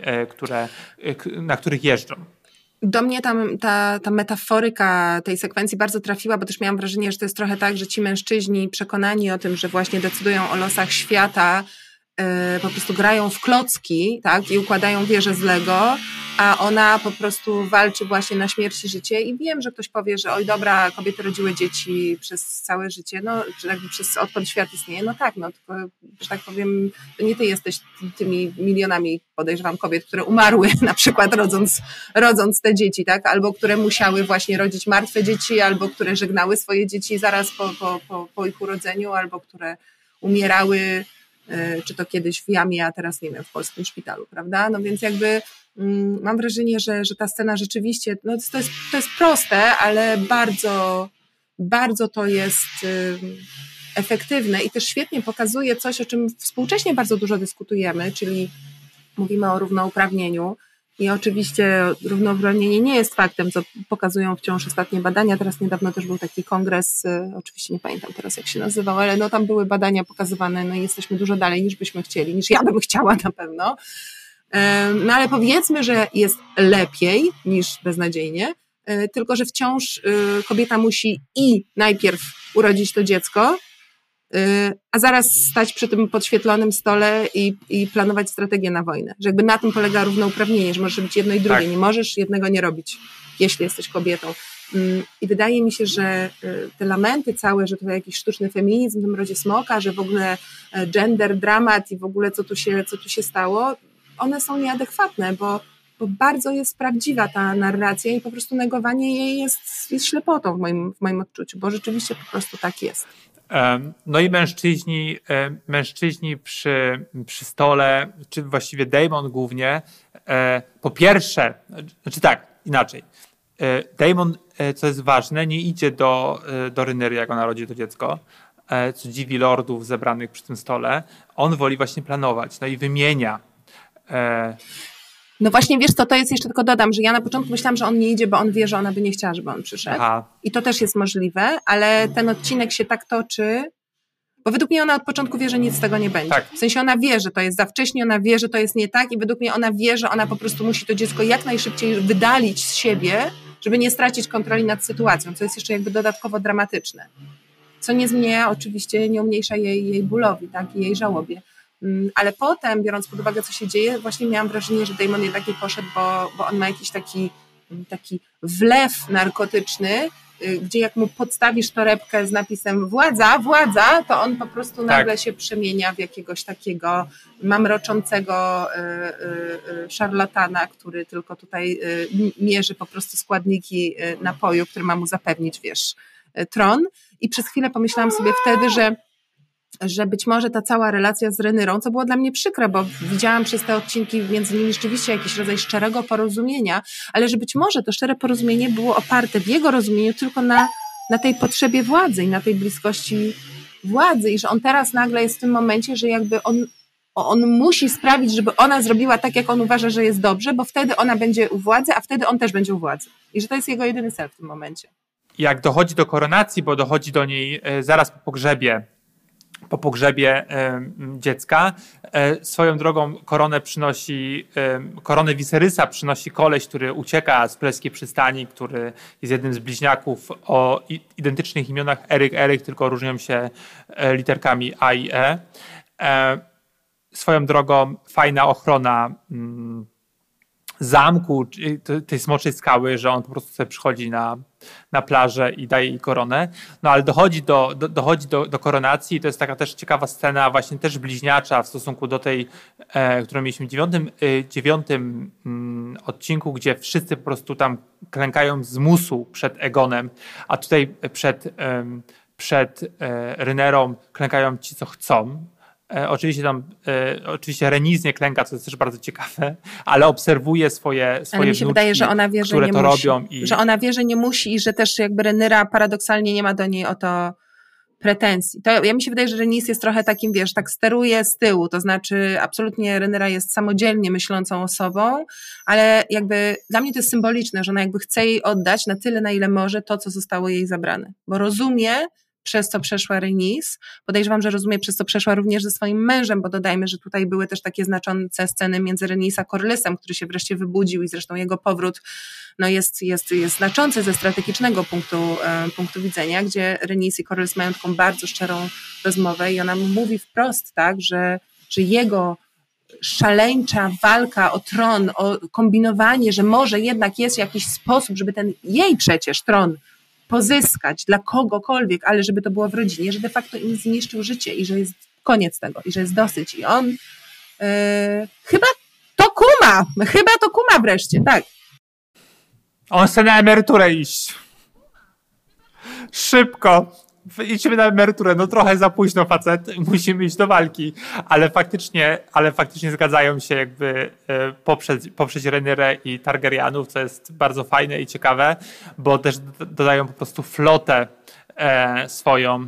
na których jeżdżą. Do mnie ta metaforyka tej sekwencji bardzo trafiła, bo też miałam wrażenie, że to jest trochę tak, że ci mężczyźni przekonani o tym, że właśnie decydują o losach świata, po prostu grają w klocki, tak, i układają wieże z Lego, a ona po prostu walczy właśnie na śmierć i życie i wiem, że ktoś powie, że oj dobra, kobiety rodziły dzieci przez całe życie, no, że jakby odkąd świat istnieje, no tak, no tylko, że tak powiem, to nie ty jesteś tymi milionami, podejrzewam, kobiet, które umarły na przykład rodząc te dzieci, tak, albo które musiały właśnie rodzić martwe dzieci, albo które żegnały swoje dzieci zaraz po ich urodzeniu, albo które umierały czy to kiedyś w jamie, a teraz nie wiem, w polskim szpitalu, prawda? No więc jakby mam wrażenie, że ta scena rzeczywiście, no to jest proste, ale bardzo, bardzo to jest efektywne i też świetnie pokazuje coś, o czym współcześnie bardzo dużo dyskutujemy, czyli mówimy o równouprawnieniu. I oczywiście równouprawnienie nie jest faktem, co pokazują wciąż ostatnie badania. Teraz niedawno też był taki kongres, oczywiście nie pamiętam teraz jak się nazywał, ale no tam były badania pokazywane, no i jesteśmy dużo dalej niż byśmy chcieli, niż ja bym chciała na pewno. No ale powiedzmy, że jest lepiej niż beznadziejnie, tylko że wciąż kobieta musi i najpierw urodzić to dziecko, a zaraz stać przy tym podświetlonym stole i planować strategię na wojnę. Że jakby na tym polega równouprawnienie, że możesz robić jedno i drugie. Tak. Nie możesz jednego nie robić, jeśli jesteś kobietą. I wydaje mi się, że te lamenty całe, że tutaj jakiś sztuczny feminizm w tym rodzie smoka, że w ogóle gender, dramat i w ogóle co tu się stało, one są nieadekwatne, bo bardzo jest prawdziwa ta narracja i po prostu negowanie jej jest ślepotą w moim odczuciu, bo rzeczywiście po prostu tak jest. No i mężczyźni przy stole, czy właściwie Daemon głównie, po pierwsze, znaczy tak, inaczej. Daemon, co jest ważne, nie idzie do Rhaenyry, jak ona rodzi to dziecko, co dziwi lordów zebranych przy tym stole. On woli właśnie planować, no i wymienia. No właśnie, wiesz co, to jest jeszcze tylko dodam, że ja na początku myślałam, że on nie idzie, bo on wie, że ona by nie chciała, żeby on przyszedł. Aha. I to też jest możliwe, ale ten odcinek się tak toczy, bo według mnie ona od początku wie, że nic z tego nie będzie. Tak. W sensie ona wie, że to jest za wcześnie, ona wie, że to jest nie tak i według mnie ona wie, że ona po prostu musi to dziecko jak najszybciej wydalić z siebie, żeby nie stracić kontroli nad sytuacją, co jest jeszcze jakby dodatkowo dramatyczne. Co nie zmienia, oczywiście nie umniejsza jej bólowi, tak, i jej żałobie. Ale potem, biorąc pod uwagę, co się dzieje, właśnie miałam wrażenie, że Daemon jednak nie poszedł, bo on ma jakiś taki wlew narkotyczny, gdzie jak mu podstawisz torebkę z napisem władza, to on po prostu nagle się przemienia w jakiegoś takiego mamroczącego szarlatana, który tylko tutaj mierzy po prostu składniki napoju, który ma mu zapewnić, wiesz, tron. I przez chwilę pomyślałam sobie wtedy, że być może ta cała relacja z Rhaenyrą, co było dla mnie przykre, bo widziałam przez te odcinki między nimi rzeczywiście jakiś rodzaj szczerego porozumienia, ale że być może to szczere porozumienie było oparte w jego rozumieniu tylko na tej potrzebie władzy i na tej bliskości władzy i że on teraz nagle jest w tym momencie, że jakby on musi sprawić, żeby ona zrobiła tak, jak on uważa, że jest dobrze, bo wtedy ona będzie u władzy, a wtedy on też będzie u władzy. I że to jest jego jedyny cel w tym momencie. Jak dochodzi do koronacji, bo dochodzi do niej zaraz po pogrzebie po pogrzebie dziecka. Swoją drogą koronę Viserysa przynosi koleś, który ucieka z królewskiej przystani, który jest jednym z bliźniaków o identycznych imionach Eryk, tylko różnią się literkami A i E. Swoją drogą fajna ochrona zamku, tej smoczej skały, że on po prostu sobie przychodzi na plażę i daje jej koronę. No ale dochodzi do koronacji i to jest taka też ciekawa scena, właśnie też bliźniacza w stosunku do tej, którą mieliśmy w dziewiątym odcinku, gdzie wszyscy po prostu tam klękają z musu przed Egonem, a tutaj przed Rhaenyrą klękają ci, co chcą. Oczywiście Rhaenys nie klęka, co jest też bardzo ciekawe, ale obserwuje swoje ale mi się wydaje, że ona wie, że nie musi, robią. Że ona wie, że nie musi i że też jakby Rhaenyra paradoksalnie nie ma do niej o to pretensji. Ja mi się wydaje, że Rhaenys jest trochę takim, tak steruje z tyłu, to znaczy absolutnie Rhaenyra jest samodzielnie myślącą osobą, ale jakby dla mnie to jest symboliczne, że ona jakby chce jej oddać na tyle, na ile może to, co zostało jej zabrane. Bo rozumie, przez co przeszła Rhaenys. Podejrzewam, że rozumie, przez co przeszła również ze swoim mężem, bo dodajmy, że tutaj były też takie znaczące sceny między Rhaenys a Corlysem, który się wreszcie wybudził i zresztą jego powrót jest znaczący ze strategicznego punktu widzenia, gdzie Rhaenys i Corlys mają taką bardzo szczerą rozmowę i ona mu mówi wprost, tak, że jego szaleńcza walka o tron, o kombinowanie, że może jednak jest jakiś sposób, żeby ten jej przecież tron pozyskać dla kogokolwiek, ale żeby to było w rodzinie, że de facto im zniszczył życie i że jest koniec tego i że jest dosyć. I on chyba to kuma wreszcie, tak. On chce na emeryturę iść. Szybko. Idźmy na emeryturę, no trochę za późno facet, musimy iść do walki, ale faktycznie zgadzają się jakby poprzeć Rhaenyrę i Targaryenów, co jest bardzo fajne i ciekawe, bo też dodają po prostu flotę swoją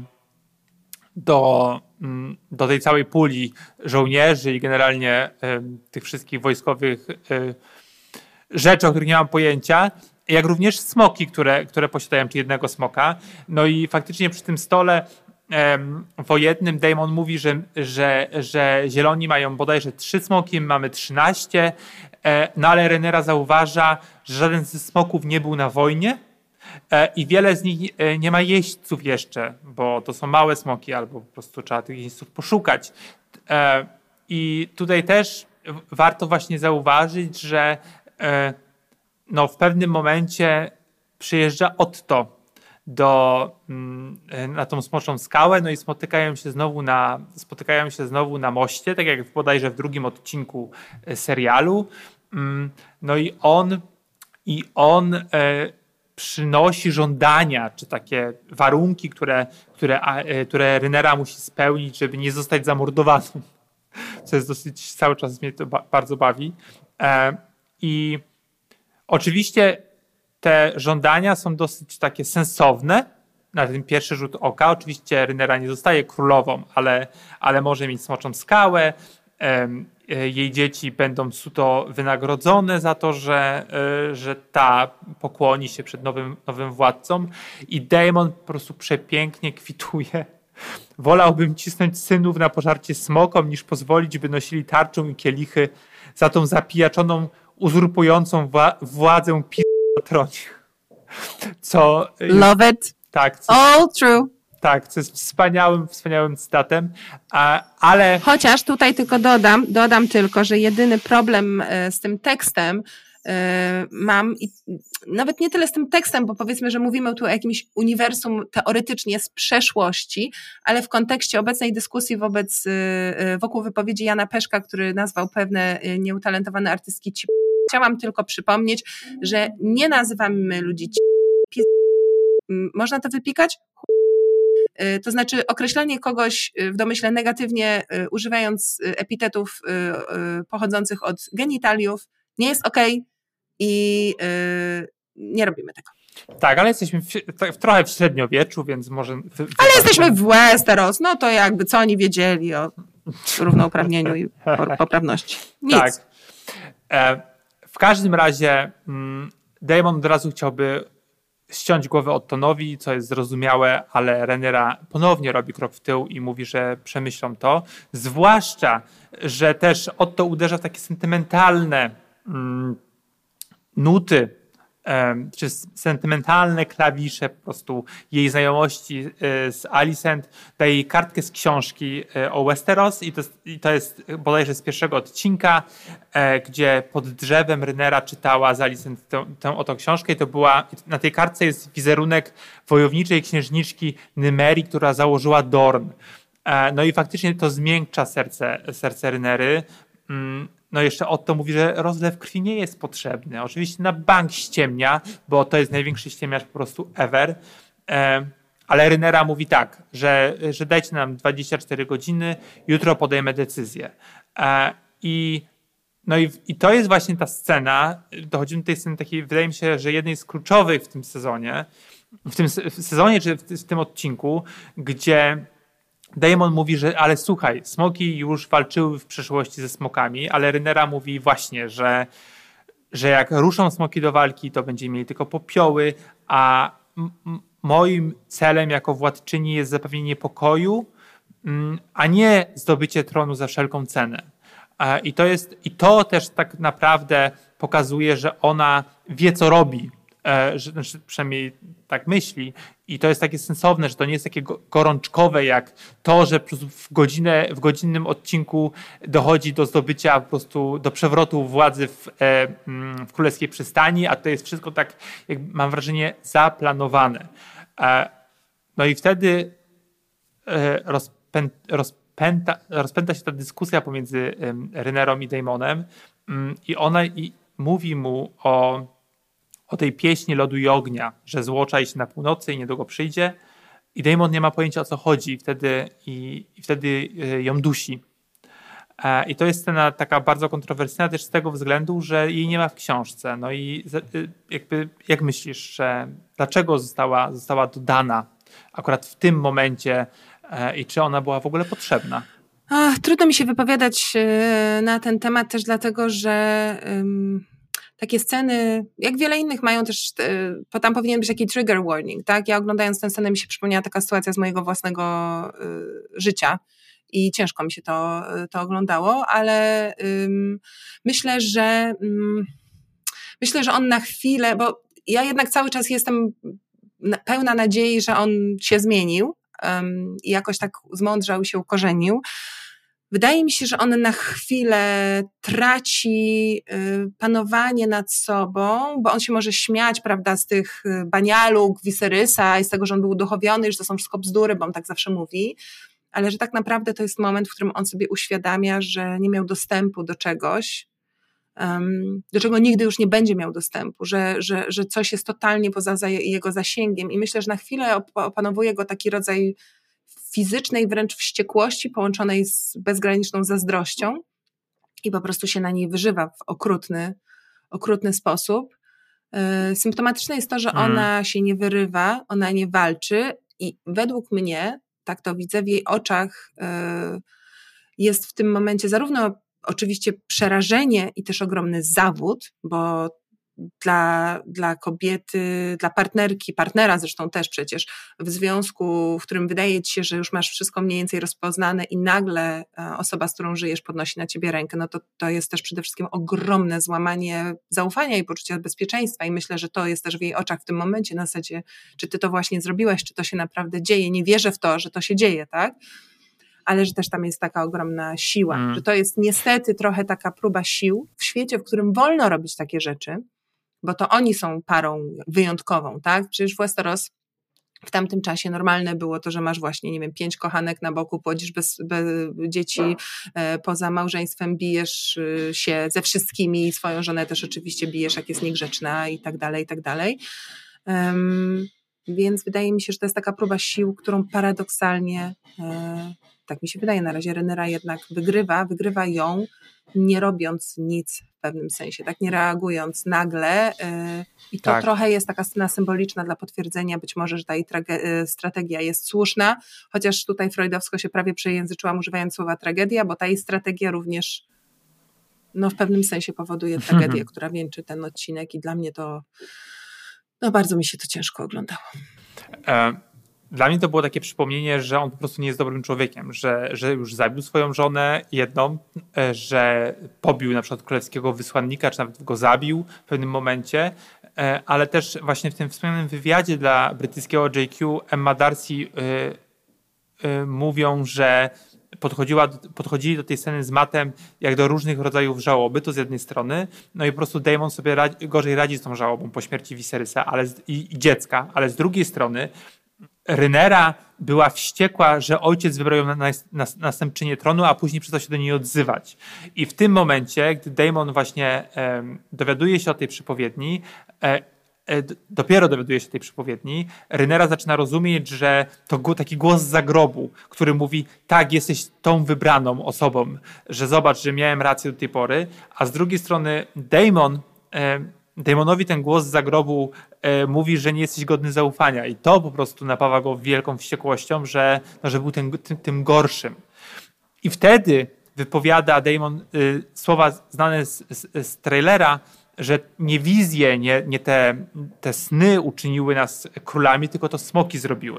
do tej całej puli żołnierzy i generalnie tych wszystkich wojskowych rzeczy, o których nie mam pojęcia, jak również smoki, które posiadają, czy jednego smoka. No i faktycznie przy tym stole wojennym Daemon mówi, że zieloni mają bodajże 3 smoki, mamy 13, no ale Rhaenyra zauważa, że żaden ze smoków nie był na wojnie i wiele z nich nie ma jeźdźców jeszcze, bo to są małe smoki albo po prostu trzeba tych jeźdźców poszukać. I tutaj też warto właśnie zauważyć, że no w pewnym momencie przyjeżdża Otto na tą smoczą skałę, no i spotykają się znowu na moście, tak jak bodajże w 2. odcinku serialu. No i on przynosi żądania, czy takie warunki, które Rhaenyra musi spełnić, żeby nie zostać zamordowaną. Co jest dosyć, cały czas mnie to bardzo bawi. I oczywiście te żądania są dosyć takie sensowne na ten pierwszy rzut oka. Oczywiście Rhaenyra nie zostaje królową, ale może mieć smoczą skałę. Jej dzieci będą suto wynagrodzone za to, że ta pokłoni się przed nowym władcą. I Daemon po prostu przepięknie kwituje. Wolałbym cisnąć synów na pożarcie smokom, niż pozwolić, by nosili tarczą i kielichy za tą zapijaczoną, uzurpującą władzę na tronie. Co Love it. Tak. All true. Tak, co jest wspaniałym cytatem, ale... Chociaż tutaj tylko dodam tylko, że jedyny problem z tym tekstem mam, i nawet nie tyle z tym tekstem, bo powiedzmy, że mówimy tu o jakimś uniwersum teoretycznie z przeszłości, ale w kontekście obecnej dyskusji wokół wypowiedzi Jana Peszka, który nazwał pewne nieutalentowane artystki chciałam tylko przypomnieć, że nie nazywamy ludzi można to wypikać? To znaczy określanie kogoś w domyśle negatywnie, używając epitetów pochodzących od genitaliów, nie jest okej i nie robimy tego. Tak, ale jesteśmy trochę w średniowieczu, więc może... Ale jesteśmy w Westeros, no to jakby co oni wiedzieli o równouprawnieniu i poprawności. Nic. Tak. W każdym razie Daemon od razu chciałby ściąć głowę Ottonowi, co jest zrozumiałe, ale Rhaenyra ponownie robi krok w tył i mówi, że przemyślą to. Zwłaszcza, że też Otto uderza w takie sentymentalne nuty, czy sentymentalne klawisze po prostu jej znajomości z Alicent. Daje jej kartkę z książki o Westeros i to jest bodajże z pierwszego odcinka, gdzie pod drzewem Rhaenyra czytała z Alicent tę oto książkę i to była, na tej kartce jest wizerunek wojowniczej księżniczki Nymerii, która założyła Dorn. No i faktycznie to zmiękcza serce Rhaenyry. No jeszcze Otto mówi, że rozlew krwi nie jest potrzebny. Oczywiście na bank ściemnia, bo to jest największy ściemniacz po prostu ever. Ale Rhaenyra mówi tak, że dajcie nam 24 godziny, jutro podejmę decyzję. I to jest właśnie ta scena, dochodzimy do tej sceny takiej, wydaje mi się, że jednej z kluczowych w tym sezonie, czy w tym odcinku, gdzie Daemon mówi, że ale słuchaj, smoki już walczyły w przeszłości ze smokami, ale Rhaenyra mówi właśnie, że jak ruszą smoki do walki, to będziemy mieli tylko popioły, a moim celem jako władczyni jest zapewnienie pokoju, a nie zdobycie tronu za wszelką cenę. I to też tak naprawdę pokazuje, że ona wie, co robi, znaczy przynajmniej tak myśli i to jest takie sensowne, że to nie jest takie gorączkowe jak to, że w godzinnym odcinku dochodzi do zdobycia po prostu, do przewrotu władzy w Królewskiej Przystani, a to jest wszystko tak, jak mam wrażenie, zaplanowane. No i wtedy rozpęta się ta dyskusja pomiędzy Rhaenyrą i Daemonem i ona mówi mu o tej pieśni lodu i ognia, że zło czai się na północy i niedługo przyjdzie i Daemon nie ma pojęcia, o co chodzi i wtedy ją dusi. I to jest scena taka bardzo kontrowersyjna też z tego względu, że jej nie ma w książce. No i jakby, jak myślisz, że dlaczego została dodana akurat w tym momencie i czy ona była w ogóle potrzebna? Trudno mi się wypowiadać na ten temat też dlatego, że takie sceny, jak wiele innych mają też, tam powinien być taki trigger warning, tak? Ja oglądając tę scenę mi się przypomniała taka sytuacja z mojego własnego życia i ciężko mi się to oglądało, ale myślę, że on na chwilę, bo ja jednak cały czas jestem pełna nadziei, że on się zmienił i jakoś tak zmądrzał i się ukorzenił. Wydaje mi się, że on na chwilę traci panowanie nad sobą, bo on się może śmiać, prawda, z tych banialug Viserysa i z tego, że on był uduchowiony, że to są wszystko bzdury, bo on tak zawsze mówi, ale że tak naprawdę to jest moment, w którym on sobie uświadamia, że nie miał dostępu do czegoś, do czego nigdy już nie będzie miał dostępu, że coś jest totalnie poza jego zasięgiem i myślę, że na chwilę opanowuje go taki rodzaj fizycznej wręcz wściekłości połączonej z bezgraniczną zazdrością i po prostu się na niej wyżywa w okrutny sposób. Symptomatyczne jest to, że ona się nie wyrywa, ona nie walczy i według mnie, tak to widzę, w jej oczach jest w tym momencie zarówno oczywiście przerażenie i też ogromny zawód, bo dla kobiety, dla partnera zresztą też przecież, w związku, w którym wydaje ci się, że już masz wszystko mniej więcej rozpoznane i nagle osoba, z którą żyjesz, podnosi na ciebie rękę, no to jest też przede wszystkim ogromne złamanie zaufania i poczucia bezpieczeństwa i myślę, że to jest też w jej oczach w tym momencie na zasadzie, czy ty to właśnie zrobiłaś, czy to się naprawdę dzieje, nie wierzę w to, że to się dzieje, tak? Ale że też tam jest taka ogromna siła, że to jest niestety trochę taka próba sił w świecie, w którym wolno robić takie rzeczy, bo to oni są parą wyjątkową, tak? Przecież w Westeros w tamtym czasie normalne było to, że masz właśnie, nie wiem, 5 kochanek na boku, płodzisz bez dzieci, poza małżeństwem bijesz się ze wszystkimi, swoją żonę też oczywiście bijesz, jak jest niegrzeczna i tak dalej, i tak dalej. Więc wydaje mi się, że to jest taka próba sił, którą paradoksalnie, tak mi się wydaje, na razie Rhaenyra jednak wygrywa ją, nie robiąc nic w pewnym sensie, tak, nie reagując nagle i to trochę jest taka scena symboliczna dla potwierdzenia być może, że ta jej strategia jest słuszna, chociaż tutaj freudowsko się prawie przejęzyczyłam używając słowa tragedia, bo ta jej strategia również w pewnym sensie powoduje tragedię, która wieńczy ten odcinek i dla mnie to No bardzo mi się to ciężko oglądało. Dla mnie to było takie przypomnienie, że on po prostu nie jest dobrym człowiekiem, że już zabił swoją żonę jedną, że pobił na przykład królewskiego wysłannika, czy nawet go zabił w pewnym momencie, ale też właśnie w tym wspomnianym wywiadzie dla brytyjskiego JQ Emma Darcy mówią, że podchodzili do tej sceny z Mattem jak do różnych rodzajów żałoby, to z jednej strony, no i po prostu Daemon sobie gorzej radzi z tą żałobą po śmierci Viserysa i dziecka, ale z drugiej strony Rhaenyra była wściekła, że ojciec wybrał ją na następczynię tronu, a później przestał się do niej odzywać. I w tym momencie, gdy Daemon właśnie dowiaduje się o tej przepowiedni, dopiero dowiaduje się tej przepowiedni, Rhaenyra zaczyna rozumieć, że to taki głos z zagrobu, który mówi, tak, jesteś tą wybraną osobą, że zobacz, że miałem rację do tej pory, a z drugiej strony Daemonowi ten głos z zagrobu mówi, że nie jesteś godny zaufania i to po prostu napawa go wielką wściekłością, że był tym gorszym. I wtedy wypowiada Daemon słowa znane z trailera, że nie wizje, nie te sny uczyniły nas królami, tylko to smoki zrobiły.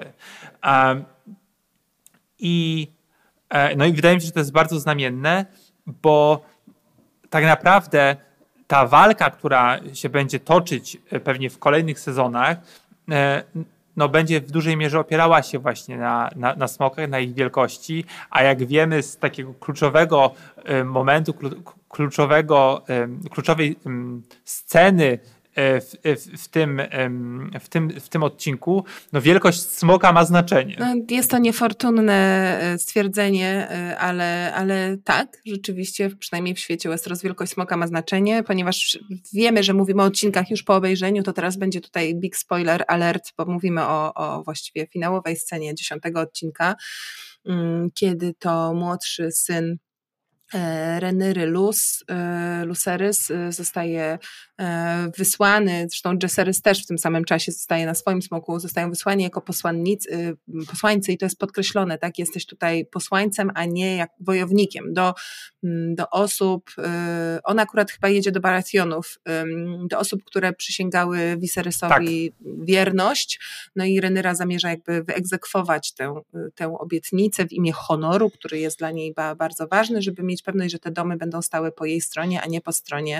No i wydaje mi się, że to jest bardzo znamienne, bo tak naprawdę ta walka, która się będzie toczyć pewnie w kolejnych sezonach, no będzie w dużej mierze opierała się właśnie na smokach, na ich wielkości, a jak wiemy z takiego kluczowego momentu, kluczowej sceny w tym odcinku, no wielkość smoka ma znaczenie. No, jest to niefortunne stwierdzenie, ale tak, rzeczywiście, przynajmniej w świecie Westeros wielkość smoka ma znaczenie, ponieważ wiemy, że mówimy o odcinkach już po obejrzeniu, to teraz będzie tutaj big spoiler alert, bo mówimy o właściwie finałowej scenie 10 odcinka, kiedy to młodszy syn Rhaenyry Lucerys zostaje wysłany, zresztą Jaehaerys też w tym samym czasie zostaje na swoim smoku, zostają wysłani jako posłańcy i to jest podkreślone, tak, jesteś tutaj posłańcem, a nie jak wojownikiem do osób, on akurat chyba jedzie do Baratheonów, do osób, które przysięgały Viserysowi wierność, no i Rhaenyra zamierza jakby wyegzekwować tę obietnicę w imię honoru, który jest dla niej bardzo ważny, żeby mieć pewność, że te domy będą stały po jej stronie, a nie po stronie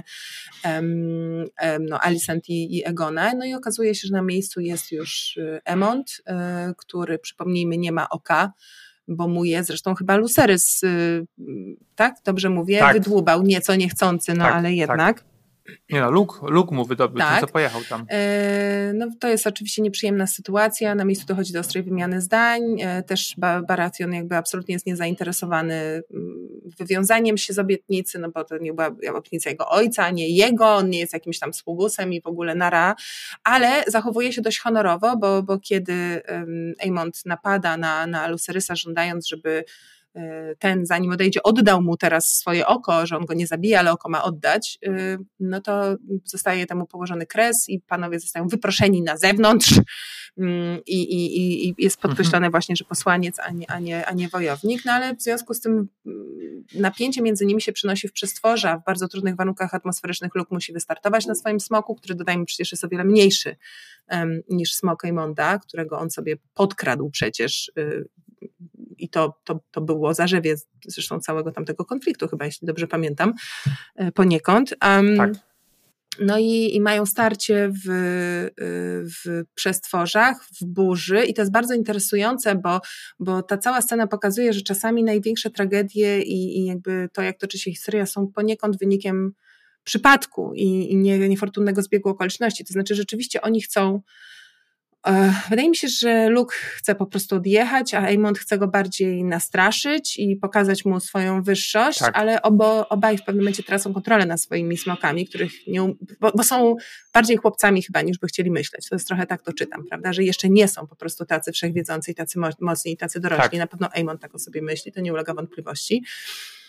Alicent i Aegona. No i okazuje się, że na miejscu jest już Aemond, który, przypomnijmy, nie ma oka, bo mu je zresztą chyba Lucerys, tak? Dobrze mówię? Tak. Wydłubał nieco niechcący, no tak, ale jednak. Tak. Nie no, Luke mu wydobył, tak. Co pojechał tam. No to jest oczywiście nieprzyjemna sytuacja, na miejscu dochodzi do ostrej wymiany zdań, też Baratheon jakby absolutnie jest niezainteresowany wywiązaniem się z obietnicy, no bo to nie była obietnica jego ojca, a nie jego, on nie jest jakimś tam sługusem i w ogóle nara, ale zachowuje się dość honorowo, bo kiedy Aemond napada na Lucerysa, żądając, żeby ten, zanim odejdzie, oddał mu teraz swoje oko, że on go nie zabije, ale oko ma oddać, no to zostaje temu położony kres i panowie zostają wyproszeni na zewnątrz i jest podkreślone właśnie, że posłaniec, a nie wojownik, no ale w związku z tym napięcie między nimi się przenosi w przestworza, w bardzo trudnych warunkach atmosferycznych Luke musi wystartować na swoim smoku, który dodajmy przecież jest o wiele mniejszy niż smok Aemonda, którego on sobie podkradł przecież i to było zarzewie zresztą całego tamtego konfliktu, chyba jeśli dobrze pamiętam, poniekąd. Tak. No i mają starcie w przestworzach, w burzy i to jest bardzo interesujące, bo ta cała scena pokazuje, że czasami największe tragedie i jakby to, jak toczy się historia, są poniekąd wynikiem przypadku i niefortunnego zbiegu okoliczności. To znaczy rzeczywiście oni chcą. Wydaje mi się, że Luke chce po prostu odjechać, a Aemond chce go bardziej nastraszyć i pokazać mu swoją wyższość, tak. Ale obaj w pewnym momencie tracą kontrolę nad swoimi smokami, których bo są bardziej chłopcami chyba niż by chcieli myśleć. To jest trochę tak to czytam, prawda, że jeszcze nie są po prostu tacy wszechwiedzący i tacy mocni i tacy dorośli. Tak. Na pewno Aemond tak o sobie myśli, to nie ulega wątpliwości.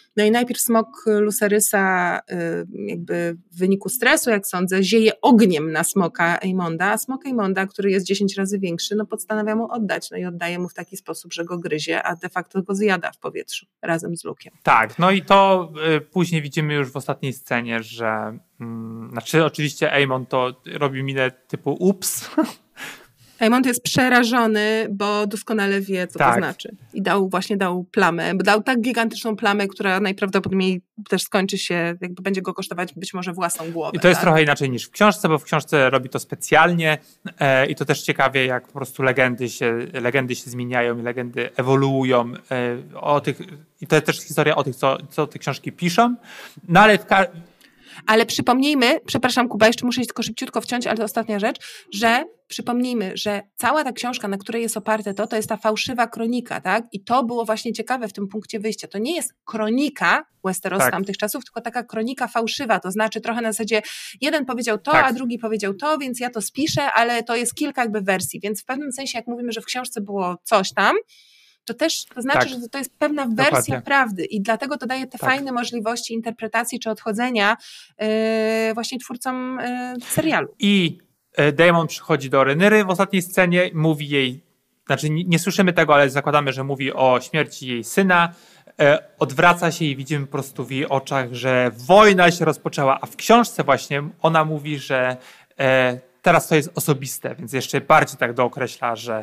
No i najpierw smok Lucerysa jakby w wyniku stresu, jak sądzę, zieje ogniem na smoka Aemonda, a smok Aemonda, który jest 10 razy większy, no postanawia mu oddać, no i oddaje mu w taki sposób, że go gryzie, a de facto go zjada w powietrzu razem z Luke'iem. Tak, no i to później widzimy już w ostatniej scenie, że znaczy oczywiście Aemond to robi minę typu ups. Aemond jest przerażony, bo doskonale wie, co to znaczy. I dał plamę, bo dał tak gigantyczną plamę, która najprawdopodobniej też skończy się, jakby będzie go kosztować być może własną głowę. I to jest trochę inaczej niż w książce, bo w książce robi to specjalnie i to też ciekawie, jak po prostu legendy się zmieniają i legendy ewoluują. I to jest też historia o tych, co te książki piszą. No ale przypomnijmy, przepraszam Kuba, jeszcze muszę tylko szybciutko wciąć, ale to ostatnia rzecz, że przypomnijmy, że cała ta książka, na której jest oparte to jest ta fałszywa kronika, tak? I to było właśnie ciekawe w tym punkcie wyjścia. To nie jest kronika Westeros z tamtych czasów, tylko taka kronika fałszywa, to znaczy trochę na zasadzie jeden powiedział to, a drugi powiedział to, więc ja to spiszę, ale to jest kilka jakby wersji, więc w pewnym sensie jak mówimy, że w książce było coś tam, to znaczy, że to jest pewna wersja prawdy i dlatego to daje te fajne możliwości interpretacji czy odchodzenia właśnie twórcom serialu. I Daemon przychodzi do Rhaenyry w ostatniej scenie, mówi jej, znaczy nie słyszymy tego, ale zakładamy, że mówi o śmierci jej syna, odwraca się i widzimy po prostu w jej oczach, że wojna się rozpoczęła, a w książce właśnie ona mówi, że teraz to jest osobiste, więc jeszcze bardziej tak dookreśla, że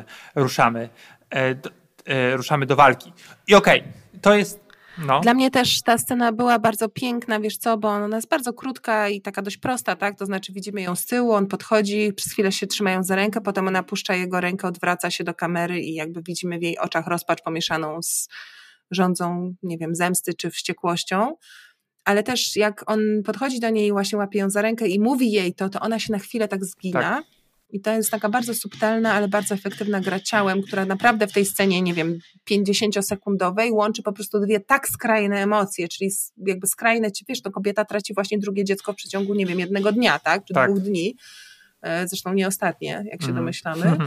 ruszamy do walki. I okej, to jest... No. Dla mnie też ta scena była bardzo piękna, wiesz co, bo ona jest bardzo krótka i taka dość prosta, tak? To znaczy widzimy ją z tyłu, on podchodzi, przez chwilę się trzymają za rękę, potem ona puszcza jego rękę, odwraca się do kamery i jakby widzimy w jej oczach rozpacz pomieszaną z rządzą, nie wiem, zemsty czy wściekłością. Ale też jak on podchodzi do niej i właśnie łapie ją za rękę i mówi jej to ona się na chwilę tak zgina. Tak. I to jest taka bardzo subtelna, ale bardzo efektywna gra ciałem, która naprawdę w tej scenie, nie wiem, 50-sekundowej łączy po prostu dwie tak skrajne emocje, czyli jakby skrajne, wiesz, to kobieta traci właśnie drugie dziecko w przeciągu, nie wiem, jednego dnia, tak? Czy 2 dni. Zresztą nie ostatnie, jak się domyślamy.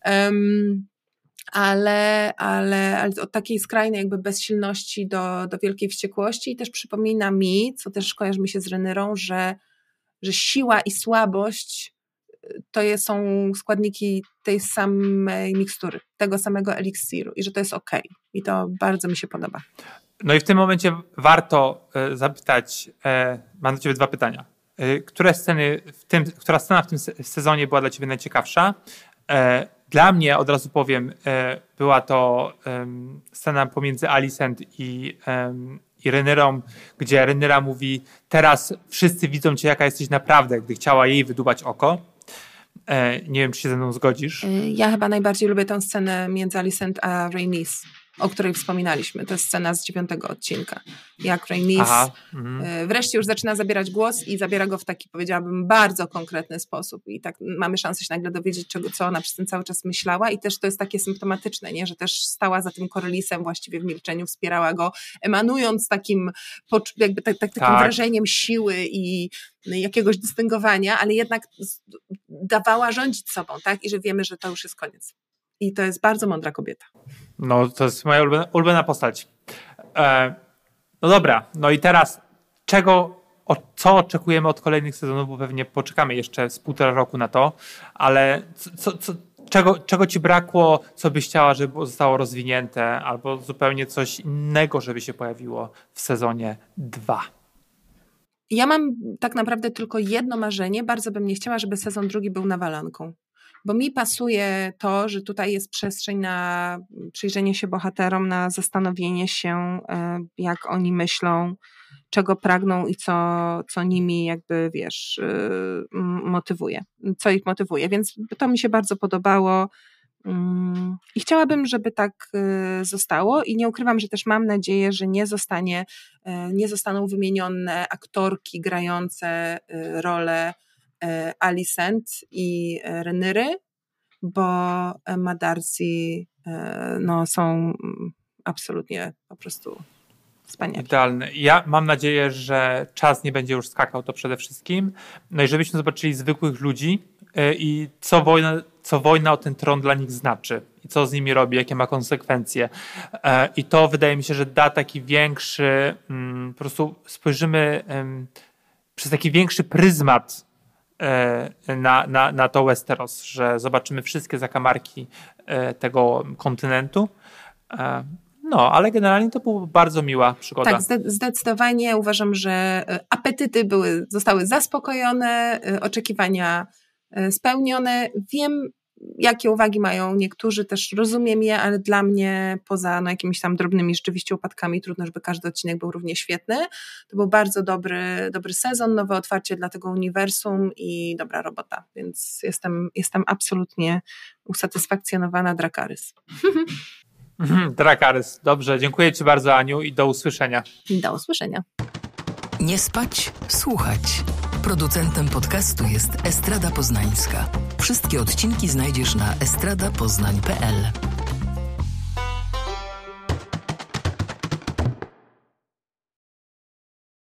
Ale od takiej skrajnej jakby bezsilności do wielkiej wściekłości i też przypomina mi, co też kojarzy mi się z Rhaenyrą, że siła i słabość to są składniki tej samej mikstury, tego samego eliksiru i że to jest okej. I to bardzo mi się podoba. No i w tym momencie warto zapytać, mam do ciebie 2 pytania. Która scena w tym sezonie była dla ciebie najciekawsza? Dla mnie, od razu powiem, była to scena pomiędzy Alicent i Rhaenyrą, gdzie Rhaenyra mówi, teraz wszyscy widzą cię, jaka jesteś naprawdę, gdy chciała jej wydłubać oko. Nie wiem, czy się ze mną zgodzisz. Ja chyba najbardziej lubię tę scenę między Alicent a Rhaenys, o której wspominaliśmy. To jest scena z 9 odcinka. Jak Rhaenys wreszcie już zaczyna zabierać głos i zabiera go w taki, powiedziałabym, bardzo konkretny sposób. I tak mamy szansę się nagle dowiedzieć, co ona przez ten cały czas myślała i też to jest takie symptomatyczne, nie? Że też stała za tym Corlysem właściwie w milczeniu, wspierała go, emanując takim jakby takim wrażeniem siły i jakiegoś dystyngowania, ale jednak dawała rządzić sobą, tak? I że wiemy, że to już jest koniec. I to jest bardzo mądra kobieta. No, to jest moja ulubiona postać. No dobra, no i teraz co oczekujemy od kolejnych sezonów, bo pewnie poczekamy jeszcze z 1,5 roku na to, ale czego ci brakło, co byś chciała, żeby zostało rozwinięte, albo zupełnie coś innego, żeby się pojawiło w sezonie 2? Ja mam tak naprawdę tylko jedno marzenie. Bardzo bym nie chciała, żeby sezon 2 był nawalanką. Bo mi pasuje to, że tutaj jest przestrzeń na przyjrzenie się bohaterom, na zastanowienie się, jak oni myślą, czego pragną i co nimi jakby, wiesz, motywuje, co ich motywuje. Więc to mi się bardzo podobało i chciałabym, żeby tak zostało i nie ukrywam, że też mam nadzieję, że nie zostaną wymienione aktorki grające rolę Alicent i Rhaenyry, bo Emma Darcy są absolutnie po prostu wspaniałe. Idealne. Ja mam nadzieję, że czas nie będzie już skakał, to przede wszystkim. No i żebyśmy zobaczyli zwykłych ludzi i co wojna o ten tron dla nich znaczy i co z nimi robi, jakie ma konsekwencje. I to wydaje mi się, że da taki większy, po prostu spojrzymy przez taki większy pryzmat na to Westeros, że zobaczymy wszystkie zakamarki tego kontynentu. No, ale generalnie to była bardzo miła przygoda. Tak, zdecydowanie uważam, że apetyty zostały zaspokojone, oczekiwania spełnione. Wiem, jakie uwagi mają niektórzy, też rozumiem je, ale dla mnie poza jakimiś tam drobnymi rzeczywiście upadkami trudno, żeby każdy odcinek był równie świetny. To był bardzo dobry sezon, nowe otwarcie dla tego uniwersum i dobra robota, więc jestem absolutnie usatysfakcjonowana. Dracarys. Dracarys. Dobrze, dziękuję Ci bardzo, Aniu, i do usłyszenia. Do usłyszenia. Nie spać, słuchać. Producentem podcastu jest Estrada Poznańska. Wszystkie odcinki znajdziesz na estradapoznań.pl.